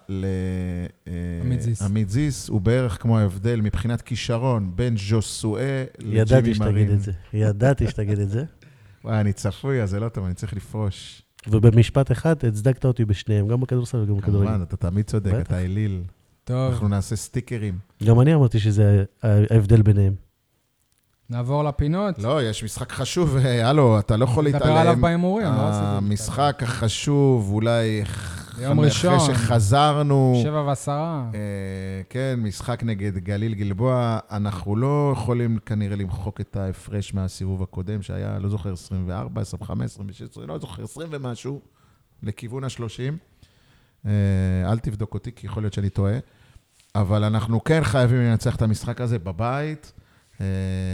עמית לעמית זיס הוא בערך כמו ההבדל מבחינת כישרון בין ז'וסואה ידעתי לג'ימי שתגיד מרין. את זה. ידעתי שתגיד את זה. וואי, אני צפוי, אז זה לא טוב, אני צריך לפרוש. ובמשפט אחד הצדקת אותי בשניהם, גם בכדורסל וגם בכדורגל. כמובן, אתה תמיד צודק, בטח. אתה אליל. טוב, אנחנו נעשה סטיקרים. גם אני אמרתי שזה ההבדל ביניהם. נעבור לפינות. לא, יש משחק חשוב, הלו, אתה לא יכול להתעלם. נדבר עליו בהימורים, לא עשיתי. המשחק החשוב, אולי ביום אחרי ראשון. שחזרנו, שבע ועשרה. אה, כן, משחק נגד גליל גלבוע, אנחנו לא יכולים כנראה למחוק את ההפרש מהסיבוב הקודם, שהיה, לא זוכר, עשרים וארבע, עשרים וחמש, עשרים ושש, לא זוכר, עשרים ומשהו, לכיוון ה-שלושים. אה, אל תבדוק אותי, כי יכול להיות שאני טועה. אבל אנחנו כן חייבים לנצח את המשחק הזה בבית, אה,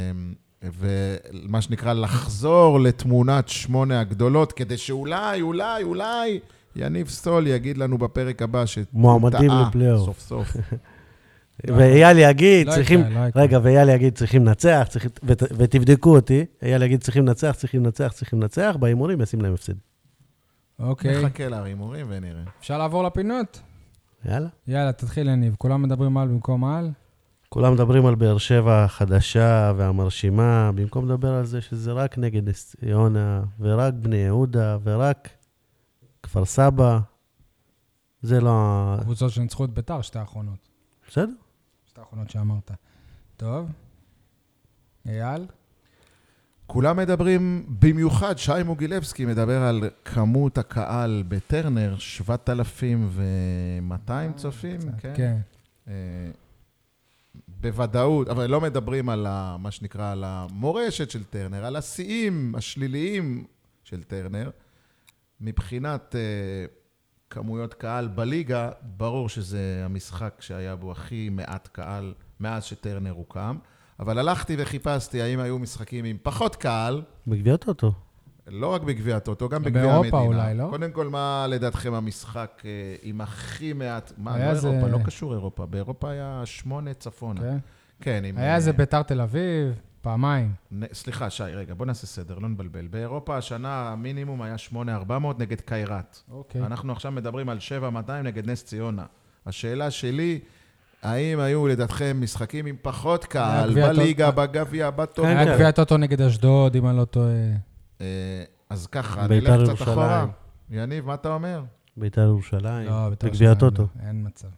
ומה שנקרא לחזור לתמונת שמונה הגדולות, כדי שאולי, אולי, אולי, יניב סול יגיד לנו בפרק הבא שהוא מועמדים טעה, לפלייאוף. סוף סוף. ואייל יגיד, לא צריכים, יקרה, לא יקרה. רגע, ואייל יגיד, צריכים לנצח, צריכים- ות- ותבדקו אותי, אייל יגיד, צריכים לנצח, צריכים לנצח, צריכים לנצח, בהימורים ישים להם הפסד. אוקיי, נחכה להימורים ונראה. אפשר לעבור לפינות? יאללה. יאללה, תתחיל יניב. כולם מדברים על במקום על? כולם מדברים על באר שבע החדשה והמרשימה, במקום לדבר על זה שזה רק נגד נס ציונה, ורק בני יהודה, ורק כפר סבא. זה לא... ה- קבוצות שניצחו את ביתר, שתי האחרונות. בסדר? שתי האחרונות שאמרת. טוב. אייל? כולם מדברים, במיוחד שי מוגילבסקי מדבר על כמות הקהל בטרנר, שבעת אלפים ומאתיים צופים, כן? כן. אה, בוודאות, אבל לא מדברים על ה, מה שנקרא, על המורשת של טרנר, על השיאים השליליים של טרנר. מבחינת אה, כמויות קהל בליגה, ברור שזה המשחק שהיה בו הכי מעט קהל מאז שטרנר הוקם, אבל הלכתי וחיפשתי האם היו משחקים עם פחות קהל, בגביע הטוטו. לא רק בגביע הטוטו, גם בגביע באירופה המדינה. אולי, לא? קודם כל, מה לדעתכם המשחק אה, עם הכי מעט... מה, היה לא זה- אירופה, לא קשור אירופה. באירופה היה שמונה צפונה. כן. כן, עם... היה אה, איזה ביתר תל אביב, פעמיים. נ- סליחה, שי, רגע, בוא נעשה סדר, לא נבלבל. באירופה השנה המינימום היה שמונה ארבע מאות נגד קיירת. אוקיי. אנחנו עכשיו מדברים על שבע מאתיים נגד נס ציונה. השאלה שלי, האם היו לדעתכם משחקים עם פחות קהל, גביע בליגה, טוטו. בגביע, בטוב? כן, היה כן. גביע טוטו נגד אשדוד, אם אני לא טועה. אה, אז ככה, בית"ר נלך קצת ירושלים. אחורה. יניב, מה אתה אומר? בית"ר ירושלים. לא, ביתר בגביע ירושלים, הטוטו. לא, אין מצב.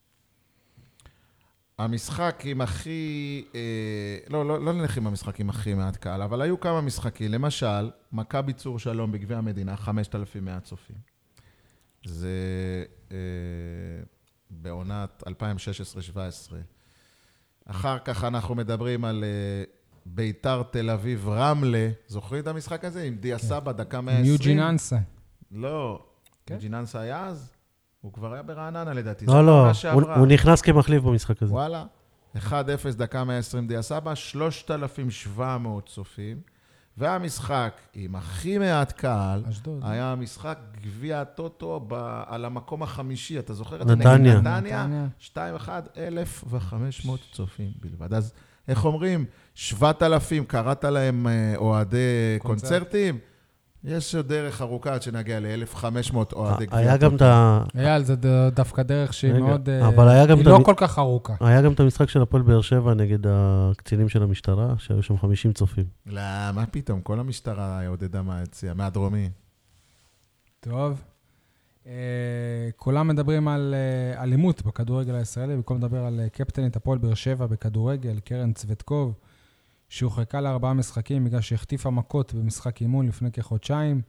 המשחק עם הכי... אה, לא, לא, לא נלך עם המשחק עם הכי מעט קהל, אבל היו כמה משחקים. למשל, מכבי צור שלום בגביע המדינה, חמשת אלפים ומאה צופים. זה אה, בעונת אלפיים ושש עשרה שבע עשרה. אחר כך אנחנו מדברים על אה, ביתר תל אביב רמלה. זוכרים את המשחק הזה? עם דיה סבא, דקה מאה ועשרים? יוג'ין אנסה. לא. כן? יוג'ין אנסה היה אז? הוא כבר היה ברעננה לדעתי. לא, זה לא, העונה הוא- שעברה. הוא נכנס כמחליף במשחק הזה. וואלה, אחד אפס דקה מאה ועשרים דיה סבא, שלושת אלפים ושבע מאות צופים, והמשחק עם הכי מעט קהל, אשדוד. היה המשחק גביע הטוטו ב- על המקום החמישי, אתה זוכר את זה? נתניה. נגד נתניה, נתניה. שתיים אחת, אלף וחמש מאות צופים בלבד. אז איך אומרים? שבעת אלפים, קראת להם אה, אוהדי קונצרט. קונצרטים? יש עוד דרך ארוכה עד שנגיע ל-אלף וחמש מאות אוהדי גביע היה גם הטוטו. את ה... אייל, זה ד- דווקא דרך שהיא רגע, מאוד... אה, אבל היה גם היא את לא המ- כל כך ארוכה. היה גם את המשחק של הפועל באר שבע נגד הקצינים של המשטרה, שהיו שם חמישים צופים. לא, מה פתאום? כל המשטרה עודדה מהיציאה, מהדרומי. טוב. אה, כולם מדברים על אה, אלימות בכדורגל הישראלי, במקום לדבר על אה, קפטנית הפועל באר שבע בכדורגל, קרן צוותקוב, שהורחקה לארבעה משחקים בגלל שהחטיפה מכות במשחק אימון לפני כחודשיים.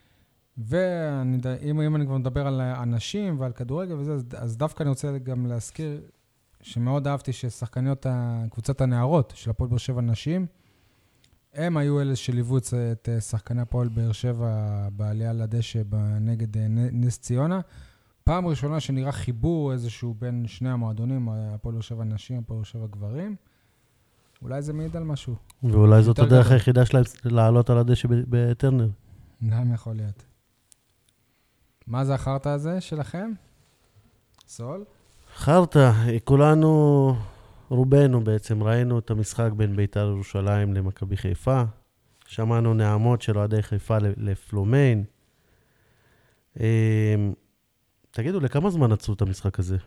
ואם אם אני כבר מדבר על אנשים ועל כדורגל וזה, אז, אז דווקא אני רוצה גם להזכיר שמאוד אהבתי ששחקניות ה- קבוצת הנערות של הפועל באר שבע נשים, הם היו אלה שליוו את- את שחקני הפועל באר שבע בעלייה לדשא נגד נ- נס ציונה. פעם ראשונה שנראה חיבור איזשהו בין שני המועדונים, הפועל באר שבע נשים, הפועל באר שבע גברים. אולי זה מעיד על משהו. ואולי זאת יותר הדרך גדול. היחידה שלהם לעלות על הדשא ב- בטרנר. גם יכול להיות. מה זה החרטא הזה שלכם? סול? חרטא, כולנו, רובנו בעצם, ראינו את המשחק בין בית"ר ירושלים למכבי חיפה. שמענו נעמות של אוהדי חיפה ל- לפלומיין. אמ, תגידו, לכמה זמן עצרו את המשחק הזה?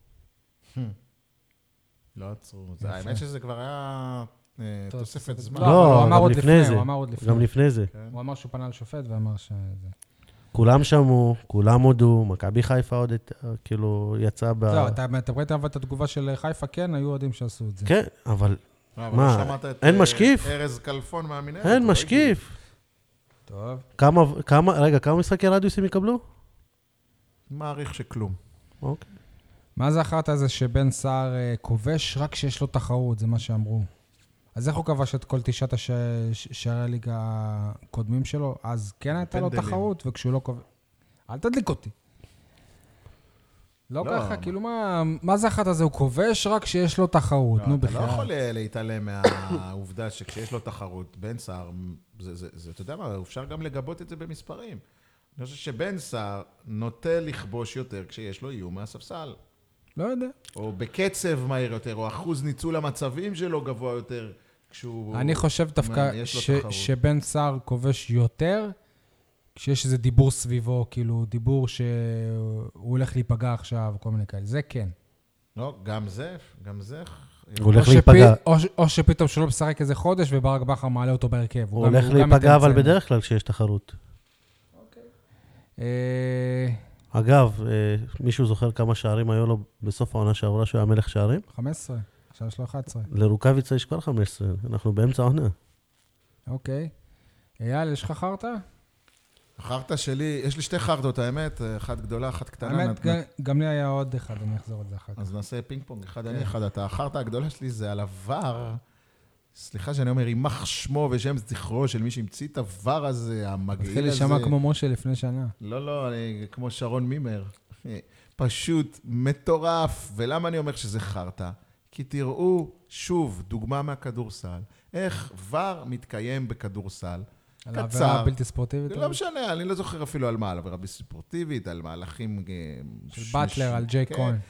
לא עצרו. זה- יפה. האמת שזה כבר היה אה, טוב, תוספת זמן. לא, לא, אבל הוא אמר גם עוד לפני לפני, זה. הוא אמר עוד לפני. גם לפני זה. כן. הוא אמר שהוא פנה לשופט ואמר שזה... כולם שמעו, כולם הודו, מכבי חיפה עוד, את- כאילו, יצא ב... לא, אתה אתה ראית אבל את התגובה של חיפה, כן, היו אוהדים שעשו את זה. כן, אבל לא, אבל מה, לא שמעת את, אין אה, משקיף? ארז כלפון מהמנהלת. אין הוא משקיף. טוב. כמה, כמה, רגע, כמה משחקי רדיוסים יקבלו? הגיב. מעריך שכלום. אוקיי. מה זה החרטא הזה שבן סער אה, כובש רק כשיש לו תחרות, זה מה שאמרו. אז איך הוא כבש את כל תשעת הש- ש- שערי הליגה הקודמים שלו? אז כן הייתה לו פנדלים. תחרות, וכשהוא לא כובש... אל תדליק אותי. לא לא, ככה, מה- כאילו מה, מה זה החרטא הזה? הוא כובש רק כשיש לו תחרות, לא, נו אתה לא בכלל. יכול אה, להתעלם מהעובדה שכשיש לו תחרות, בן סער, זה, זה, זה, אתה יודע מה, אפשר גם לגבות את זה במספרים. אני חושב שבן סער נוטה לכבוש יותר כשיש לו איום מהספסל. לא יודע. או בקצב מהיר יותר, או אחוז ניצול המצבים שלו גבוה יותר, כשהוא... אני חושב דווקא יש לו ש- תחרות. שבן סער כובש יותר, כשיש איזה דיבור סביבו, כאילו דיבור שהוא הולך להיפגע עכשיו, כל מיני כאלה. זה כן. לא, גם זה, גם זה... הוא הולך או להיפגע. שפי- או ש- או שפתאום שלא משחק איזה חודש, וברק בכר מעלה אותו בהרכב. הוא גם- הולך גם להיפגע, ייתן אבל צמד. בדרך כלל כשיש תחרות. אה, אגב, אה, מישהו זוכר כמה שערים היו לו בסוף העונה שעברה שהוא היה מלך שערים? חמש עשרה, עכשיו יש לו אחת עשרה. לרוקאביצה יש כבר חמש עשרה, אנחנו באמצע העונה. אוקיי. אייל, יש לך חרטה? החרטה שלי, יש לי שתי חרטות, האמת, אחת גדולה, אחת קטנה. האמת, נתנה- גם- גם לי היה עוד אחד, אני אחזור על זה אחר כך. אז נעשה פינג פונג, אחד כן. אני, אחד אתה. החרטה הגדולה שלי זה על הוואר. סליחה שאני אומר, יימח שמו ושם זכרו של מי שהמציא את הוואר הזה, המגעיל הזה. התחיל להישמע כמו משה לפני שנה. לא, לא, אני כמו שרון מימר. פשוט מטורף. ולמה אני אומר שזה חרטה? כי תראו, שוב, דוגמה מהכדורסל, איך וואר מתקיים בכדורסל. על קצר. העבירה הבלתי ספורטיבית. זה לא משנה, אני לא זוכר אפילו על מה, על עבירה ספורטיבית, על מהלכים... אה, של ש- באטלר, ש- על ג'יי כן. כהן.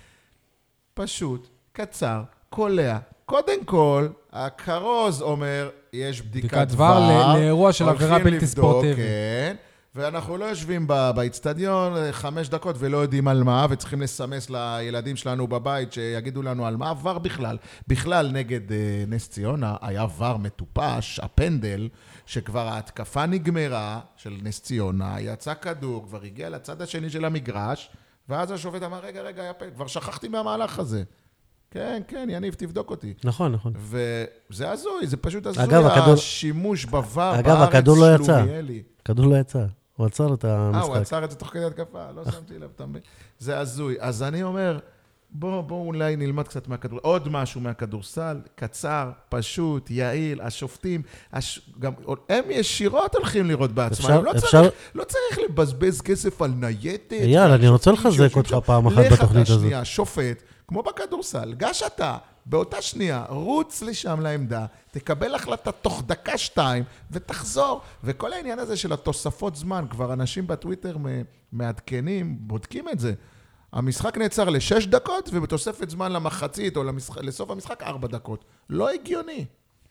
פשוט, קצר, קולע. קודם כל, הכרוז אומר, יש בדיקת בדיקת ור, ור ל- לאירוע של עבירה הולכים בלתי לבדוק, ספורטיבית. כן, ואנחנו לא יושבים ב- באצטדיון חמש דקות ולא יודעים על מה, וצריכים לסמס לילדים שלנו בבית שיגידו לנו על מה עבר בכלל. בכלל, נגד אה, נס ציונה, היה ור מטופש, הפנדל, שכבר ההתקפה נגמרה של נס ציונה, יצא כדור, כבר הגיע לצד השני של המגרש, ואז השופט אמר, רגע, רגע, היה פנדל, כבר שכחתי מהמהלך הזה. כן, כן, יניב, תבדוק אותי. נכון, נכון. וזה הזוי, זה פשוט הזוי, אגב, הכדור- השימוש בוואר אגב, בארץ הכדור לא יצא. שלומיאלי. כדור לא יצא, הוא עצר את אה, הוא המשחק. עצר את זה תוך כדי התקפה, לא שמתי לב, אתה מבין? זה הזוי. אז אני אומר, בואו בוא אולי נלמד קצת מהכדור... עוד משהו מהכדורסל, קצר, פשוט, יעיל, השופטים, הש... גם הם ישירות הולכים לראות בעצמם, אפשר- לא, אפשר- צריך, לא צריך לבזבז כסף על נייטת. אייל, אני רוצה לחזק אותך פעם אחת בתוכנית לך אתה הזאת. שנייה, שופט, כמו בכדורסל, גש אתה, באותה שנייה, רוץ לשם לעמדה, תקבל החלטה תוך דקה שתיים, ותחזור. וכל העניין הזה של התוספות זמן, כבר אנשים בטוויטר מעדכנים, בודקים את זה. המשחק נעצר לשש דקות, ובתוספת זמן למחצית או למשחק, לסוף המשחק ארבע דקות. לא הגיוני.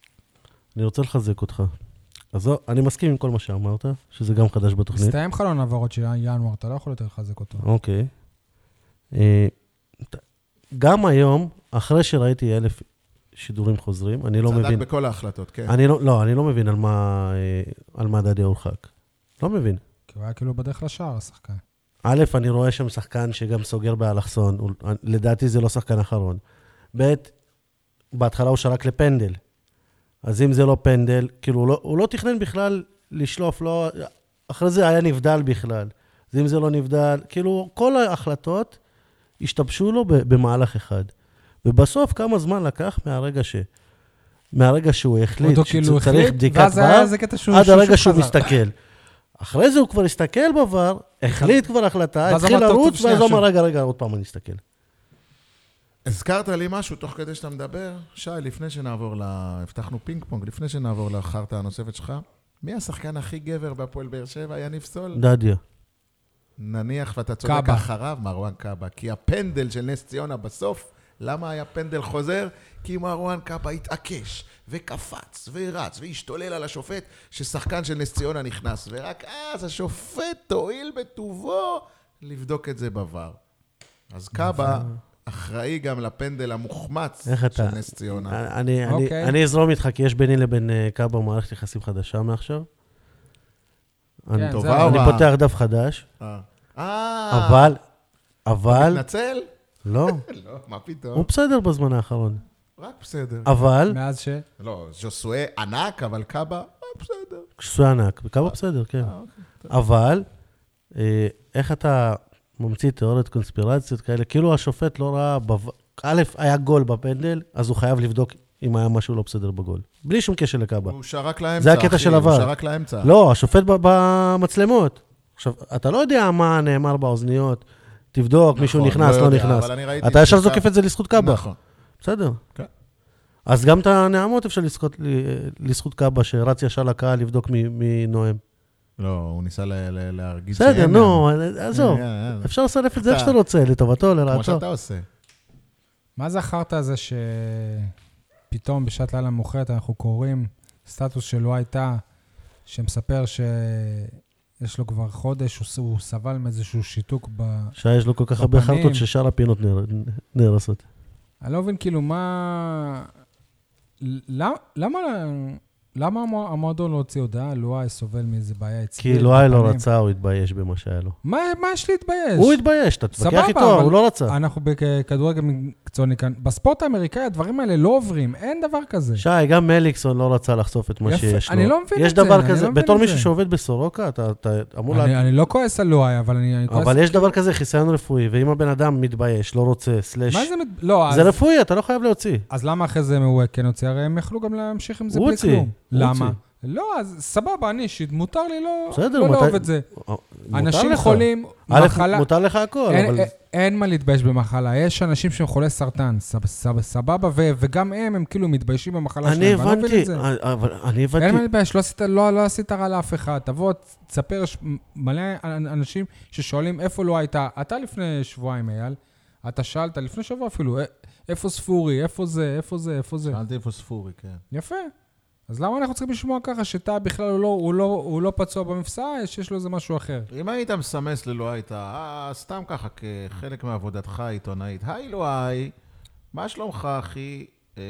אני רוצה לחזק אותך. אז לא, אני מסכים עם כל מה שאמרת, שזה גם חדש בתוכנית. מסתיים חלון העברות של ינואר, אתה לא יכול יותר לחזק אותו. אוקיי. אה, ת- גם היום, אחרי שראיתי אלף שידורים חוזרים, אני לא צדק מבין. בכל ההחלטות, כן. אני לא, לא, אני לא מבין על מה, אה, על מה דדיה הורחק. לא מבין. כי הוא היה כאילו בדרך לשער, השחקן. א', אני רואה שם שחקן שגם סוגר באלכסון, הוא- לדעתי זה לא שחקן אחרון. ב', בהתחלה הוא שרק לפנדל. אז אם זה לא פנדל, כאילו הוא לא, הוא לא תכנן בכלל לשלוף, לא, אחרי זה היה נבדל בכלל. אז אם זה לא נבדל, כאילו כל ההחלטות השתבשו לו ב- במהלך אחד. ובסוף כמה זמן לקח מהרגע ש... מהרגע שהוא החליט אותו כאילו שצריך החליט, בדיקת ואז היה ור, איזה קטע שהוא עד שהוא הרגע שהוא חזר. מסתכל. אחרי זה הוא כבר הסתכל בבר, החליט כבר החלטה, ואז התחיל אמר, טוב, לרוץ, טוב, שנייה, ואז הוא אמר, שוב. רגע, רגע, עוד פעם אני אסתכל. הזכרת לי משהו תוך כדי שאתה מדבר. שי, לפני שנעבור ל... הבטחנו פינג פונג, לפני שנעבור לחרטה הנוספת שלך, מי השחקן הכי גבר בהפועל באר שבע? יניב סול? דדיה. נניח ואתה צודק קאבה. אחריו, מרואן קאבה. כי הפנדל של נס ציונה בסוף, למה היה פנדל חוזר? כי מרואן קאבה התעקש, וקפץ, ורץ, והשתולל על השופט, ששחקן של נס ציונה נכנס, ורק אז השופט תועיל בטובו לבדוק את זה בבר. אז קאבה אחראי גם לפנדל המוחמץ איך של אתה? נס ציונה. אני, אני, אוקיי. אני אזרום איתך, כי יש ביני לבין אה, קאבה מערכת יחסים חדשה מעכשיו. אני, טובה זהו. או אני רעה? פותח דף חדש, אה. אה, אבל, אבל, מתנצל? לא, לא, מה פתאום? הוא בסדר בזמן האחרון. רק בסדר. אבל, מאז ש... לא, ז'וסואה ענק, אבל קאבה, אה, בסדר. כשסוי ענק, וקאבה בסדר, כן. אה, אוקיי. אבל, אה, איך אתה ממציא תיאוריות קונספירציות כאלה? כאילו השופט לא ראה, בו- א', היה גול בפנדל, אז הוא חייב לבדוק אם היה משהו לא בסדר בגול. בלי שום קשר לקאבה. הוא שרק לאמצע, זה הקטע אחי, של הוא עבר. שרק לאמצע. לא, השופט ב- במצלמות. עכשיו, אתה לא יודע מה נאמר באוזניות, תבדוק, נכון, מישהו נכנס, לא יודע, נכנס. אבל אני ראיתי אתה ישר שקאבה- זוקף את זה לזכות קאבה. נכון. בסדר. כן. אז גם את הנעמות אפשר לזכות- לזכות קאבה, שרץ ישר לקהל לבדוק מי- מי נואם. לא, הוא ניסה ל- ל- להרגיז בסדר, שאין נו, להם. עזוב. אה, אה, אה. אפשר לסלף את זה איך אתה- שאתה רוצה, לטובתו, כמו לרעתו. שאתה עושה. מה זכרת זה שפתאום בשעת לילה מאוחרת אנחנו קוראים סטטוס שלו הייתה, שמספר שיש לו כבר חודש, הוא, הוא סבל מאיזשהו שיתוק בפנים. שיש לו כל כך הרבה חרטות ששאר הפינות נהרסות. אני לא מבין כאילו מה... למה, למה, למה המועדון לא הוציא הודעה? לואי סובל מאיזה בעיה אצלי. כי לואי לא רצה, הוא התבייש במה שהיה לו. מה, מה יש להתבייש? הוא התבייש, אתה תתווכח איתו, הוא לא רצה. אנחנו בכדורגל מקצועני כאן. בספורט האמריקאי הדברים האלה לא עוברים, אין דבר כזה. שי, גם מליקסון לא רצה לחשוף את מה שיש לו. אני לא מבין את זה. יש דבר כזה, בתור מישהו שעובד בסורוקה, אתה אמור לה... אני לא כועס על לואי, אבל אני כועס... אבל יש דבר כזה, חיסיון רפואי, ואם הבן אדם מתבייש, לא רוצה, סלש... מה זה... לא, זה רפואי, אתה לא חייב להוציא. אז למה אחרי זה הוא כן הוציא? הרי הם יכלו גם להמשיך עם זה בלי כלום. למה? לא, אז סבבה, אני אישית, מותר לי לא לאהוב את זה. אנשים חולים, מחלה... מותר לך הכל, אבל... אין מה להתבייש במחלה. יש אנשים שהם חולי סרטן, סבבה, וגם הם, הם כאילו מתביישים במחלה שלהם. אני הבנתי, אבל אני הבנתי... אין מה להתבייש, לא עשית רע לאף אחד. תבוא, תספר מלא אנשים ששואלים איפה לא הייתה. אתה לפני שבועיים, אייל, אתה שאלת, לפני שבוע אפילו, איפה ספורי, איפה זה, איפה זה, איפה זה. שאלתי איפה ספורי, כן. יפה. אז למה אנחנו צריכים לשמוע ככה שתה בכלל הוא לא, הוא לא, הוא לא פצוע במפסע, שיש לו איזה משהו אחר? אם היית מסמס ללואי, אתה סתם ככה כחלק מעבודתך העיתונאית. היי לואי, מה שלומך אחי? אה,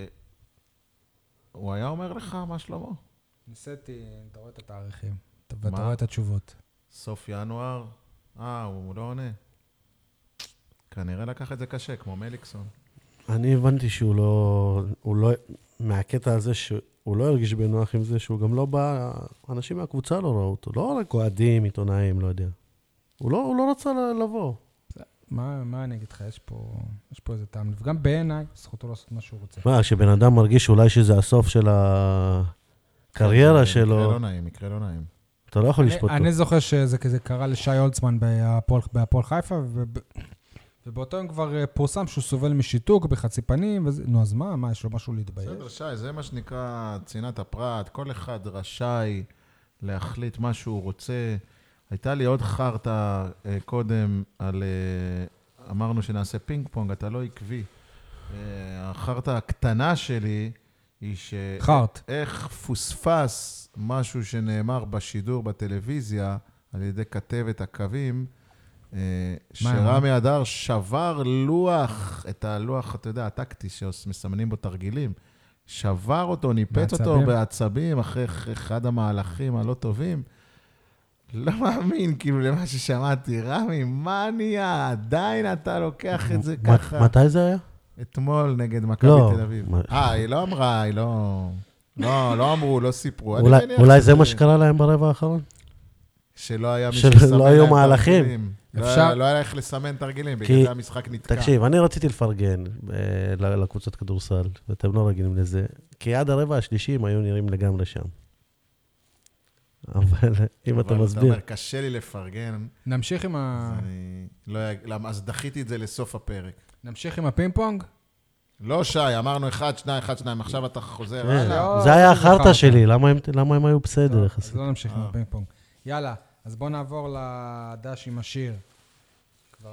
הוא היה אומר לך מה שלמה? ניסיתי, אתה רואה את התאריכים, ואתה רואה את התשובות. סוף ינואר? אה, הוא לא עונה. כנראה לקח את זה קשה, כמו מליקסון. אני הבנתי שהוא לא, הוא לא, מהקטע הזה שהוא לא הרגיש בנוח עם זה, שהוא גם לא בא, אנשים מהקבוצה לא ראו אותו, לא רק אוהדים, עיתונאים, לא יודע. הוא לא, הוא לא רצה לבוא. מה, מה אני אגיד לך? יש פה, יש פה איזה טעם. וגם בעיניי, זכותו לעשות מה שהוא רוצה. מה, שבן אדם מרגיש אולי שזה הסוף של הקריירה שלו. מקרה לא נעים, מקרה לא נעים. אתה לא יכול לשפוט אותו. אני זוכר שזה כזה קרה לשי הולצמן בהפועל חיפה, ובאותו יום כבר פורסם שהוא סובל משיתוק בחצי פנים, נו, אז מה? מה, יש לו משהו להתבייש? בסדר, שי, זה מה שנקרא צנעת הפרט. כל אחד רשאי להחליט מה שהוא רוצה. הייתה לי עוד חרטה קודם על... אמרנו שנעשה פינג פונג, אתה לא עקבי. החרטה הקטנה שלי היא ש... חרט. איך פוספס משהו שנאמר בשידור בטלוויזיה על ידי כתבת הקווים, שרמי אדר שבר לוח, את הלוח, אתה יודע, הטקטי שמסמנים בו תרגילים, שבר אותו, ניפץ אותו בעצבים אחרי אחד המהלכים הלא טובים. לא מאמין, כאילו, למה ששמעתי. רמי, מה נהיה? עדיין אתה לוקח את זה ככה. מתי זה היה? אתמול נגד מכבי תל אביב. אה, היא לא אמרה, היא לא... לא, לא אמרו, לא סיפרו. אולי זה מה שקרה להם ברבע האחרון? שלא היה מי שסמן לא היו מהלכים. אפשר... לא היה איך לסמן תרגילים, בגלל זה המשחק נתקע. תקשיב, אני רציתי לפרגן לקבוצת כדורסל, ואתם לא רגילים לזה, כי עד הרבע השלישי הם היו נראים לגמרי שם. אבל אם אתה מסביר... אבל אתה אומר, קשה לי לפרגן. נמשיך עם ה... אז דחיתי את זה לסוף הפרק. נמשיך עם הפינג פונג? לא שי, אמרנו אחד, שניים, אחד, שניים, עכשיו אתה חוזר. זה היה החרטה שלי, למה הם היו בסדר? אז לא נמשיך עם הפינג פונג. יאללה, אז בואו נעבור לדש עם השיר. כבר...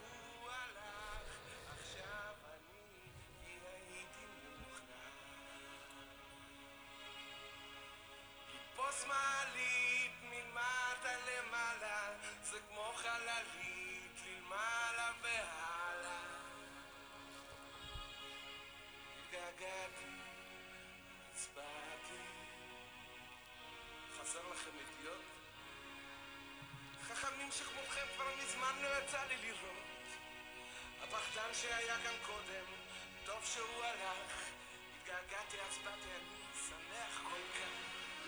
חכמים שכמותכם כבר מזמן לא יצא לי לראות. הפחדן שהיה כאן קודם, טוב שהוא הלך. התגעגעתי אז באתי, אני שמח כל כך.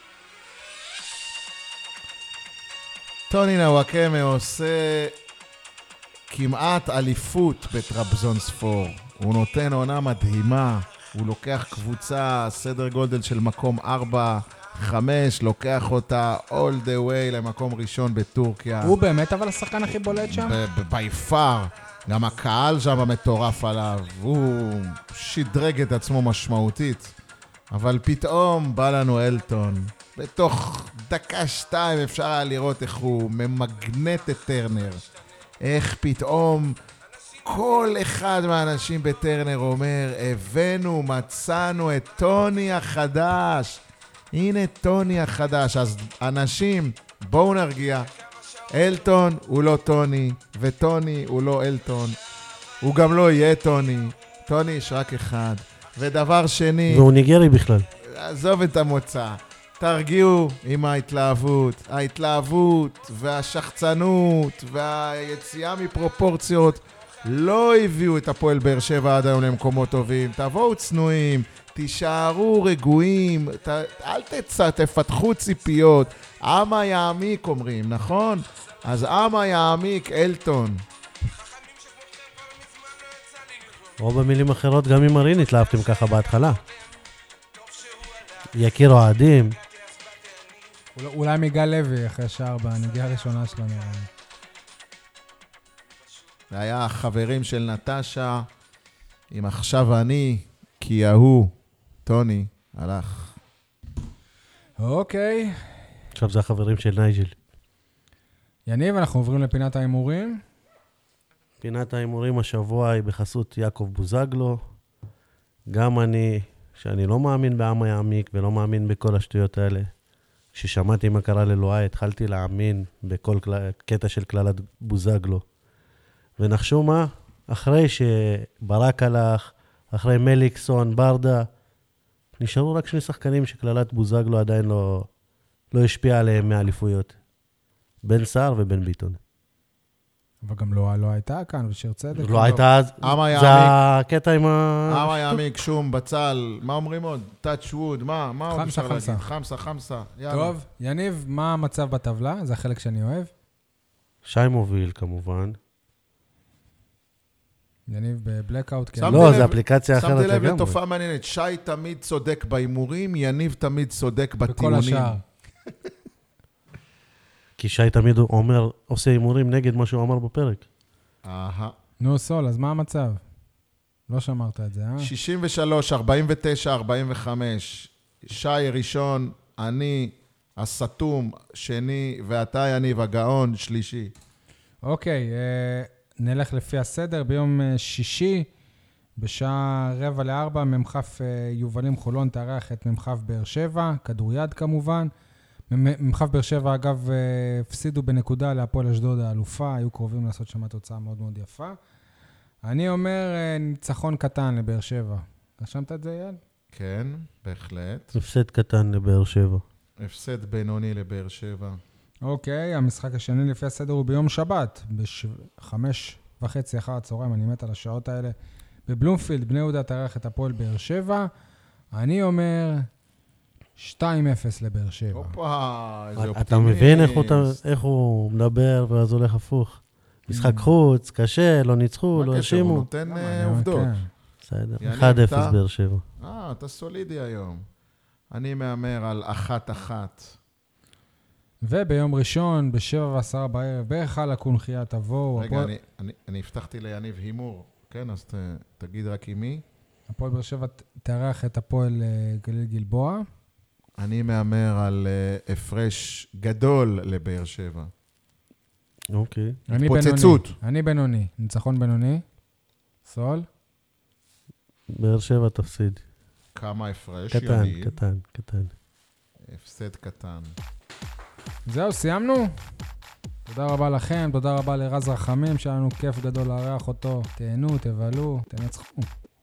טוני נוואקמה עושה כמעט אליפות בטרבזונספור. הוא נותן עונה מדהימה. הוא לוקח קבוצה, סדר גודל של מקום ארבע, חמש, לוקח אותה all the way למקום ראשון בטורקיה. הוא באמת אבל השחקן הכי בולט שם? by far. גם הקהל שם מטורף עליו. הוא שדרג את עצמו משמעותית. אבל פתאום בא לנו אלטון. בתוך דקה שתיים אפשר היה לראות איך הוא ממגנט את טרנר. איך פתאום כל אחד מהאנשים בטרנר אומר, הבאנו, מצאנו את טוני החדש. הנה טוני החדש. אז אנשים, בואו נרגיע. אלטון הוא לא טוני, וטוני הוא לא אלטון. הוא גם לא יהיה טוני. טוני יש רק אחד. ודבר שני... והוא ניגרי בכלל. עזוב את המוצא. תרגיעו עם ההתלהבות. ההתלהבות והשחצנות והיציאה מפרופורציות לא הביאו את הפועל באר שבע עד היום למקומות טובים. תבואו צנועים, תישארו רגועים, ת, אל תצא, תפתחו ציפיות. אמה יעמיק אומרים, נכון? אז אמה יעמיק אלטון. או במילים אחרות, גם עם מרין התלהבתם ככה בהתחלה. יקיר אוהדים. אולי מיגל לוי אחרי שער בנגיעה הראשונה שלו נראה לי. זה היה החברים של נטשה, עם עכשיו אני, כי ההוא, טוני, הלך. אוקיי. עכשיו זה החברים של נייג'ל. יניב, אנחנו עוברים לפינת ההימורים. פינת ההימורים השבוע היא בחסות יעקב בוזגלו. גם אני, שאני לא מאמין באמה יעמיק ולא מאמין בכל השטויות האלה. כששמעתי מה קרה ללואי, התחלתי להאמין בכל קל... קטע של כללת בוזגלו. ונחשו מה? אחרי שברק הלך, אחרי מליקסון, ברדה, נשארו רק שני שחקנים שכללת בוזגלו עדיין לא, לא השפיע עליהם מאליפויות. בן סער ובן ביטון. אבל גם לא, לא הייתה כאן, ושיר צדק. לא הייתה אז, אמה זה יעמיק. הקטע עם ה... אמה יעמיק, שום, בצל, מה אומרים עוד? טאץ' ווד, מה? מה עוד חמסה, אפשר חמסה. להגיד? חמסה, חמסה. יאללה. טוב, יניב, מה המצב בטבלה? זה החלק שאני אוהב. שי מוביל כמובן. יניב בבלקאוט, כן. שמתי לא, לב- זה אפליקציה אחרת שמתי לב לגמרי. לתופעה מעניינת, שי תמיד צודק בהימורים, יניב תמיד צודק בכל בטיעונים. השאר. כי שי תמיד אומר, עושה הימורים נגד מה שהוא אמר בפרק. אהה. נו, סול, אז מה המצב? לא שמרת את זה, אה? שישים ושלוש, ארבעים ותשע, ארבעים וחמש. שי ראשון, אני הסתום, שני, ואתה יניב הגאון, שלישי. אוקיי, אה, נלך לפי הסדר. ביום אה, שישי, בשעה רבע לארבע, ממחף אה, יובלים חולון תארח את ממחף באר שבע, כדוריד כמובן. מ- ממחף באר שבע, אגב, אה, הפסידו בנקודה להפועל אשדוד האלופה, היו קרובים לעשות שם תוצאה מאוד מאוד יפה. אני אומר אה, ניצחון קטן לבאר שבע. רשמת את זה, אייל? כן, בהחלט. הפסד קטן לבאר שבע. הפסד בינוני לבאר שבע. אוקיי, המשחק השני לפי הסדר הוא ביום שבת, בחמש וחצי אחר הצהריים, אני מת על השעות האלה. בבלומפילד, בני יהודה תארח את הפועל באר שבע. אני אומר שתיים אפס לבאר שבע. הופה, איזה אופטימיסט. אתה מבין איך הוא, איך הוא מדבר ואז הולך הפוך. משחק חוץ, קשה, לא ניצחו, מה לא הקשר? הוא הרשימו. נותן למה, אה, אני אומר, עובדות. כן. בסדר, יניב, אחד אפס אתה? באר שבע. אה, אתה סולידי היום. אני מאמר על אחת-אחת. וביום ראשון, בשבע ועשרה בערב, בהיכל הקונחייה תבואו. רגע, הפועל- אני, אני, אני הבטחתי ליניב הימור. כן, אז ת, תגיד רק עם מי. הפועל באר שבע תארח את הפועל אה, גליל גלבוע. אני מאמר על uh, הפרש גדול לבאר שבע. אוקיי. אני התפוצצות. בינוני. אני בינוני. ניצחון בינוני. סול? באר שבע תפסיד. כמה הפרש, קטן, יניב? קטן, קטן. הפסד קטן. זהו, סיימנו. תודה רבה לכם, תודה רבה לרז רחמים, שהיה לנו כיף גדול לארח אותו. תהנו, תבלו, תנצחו.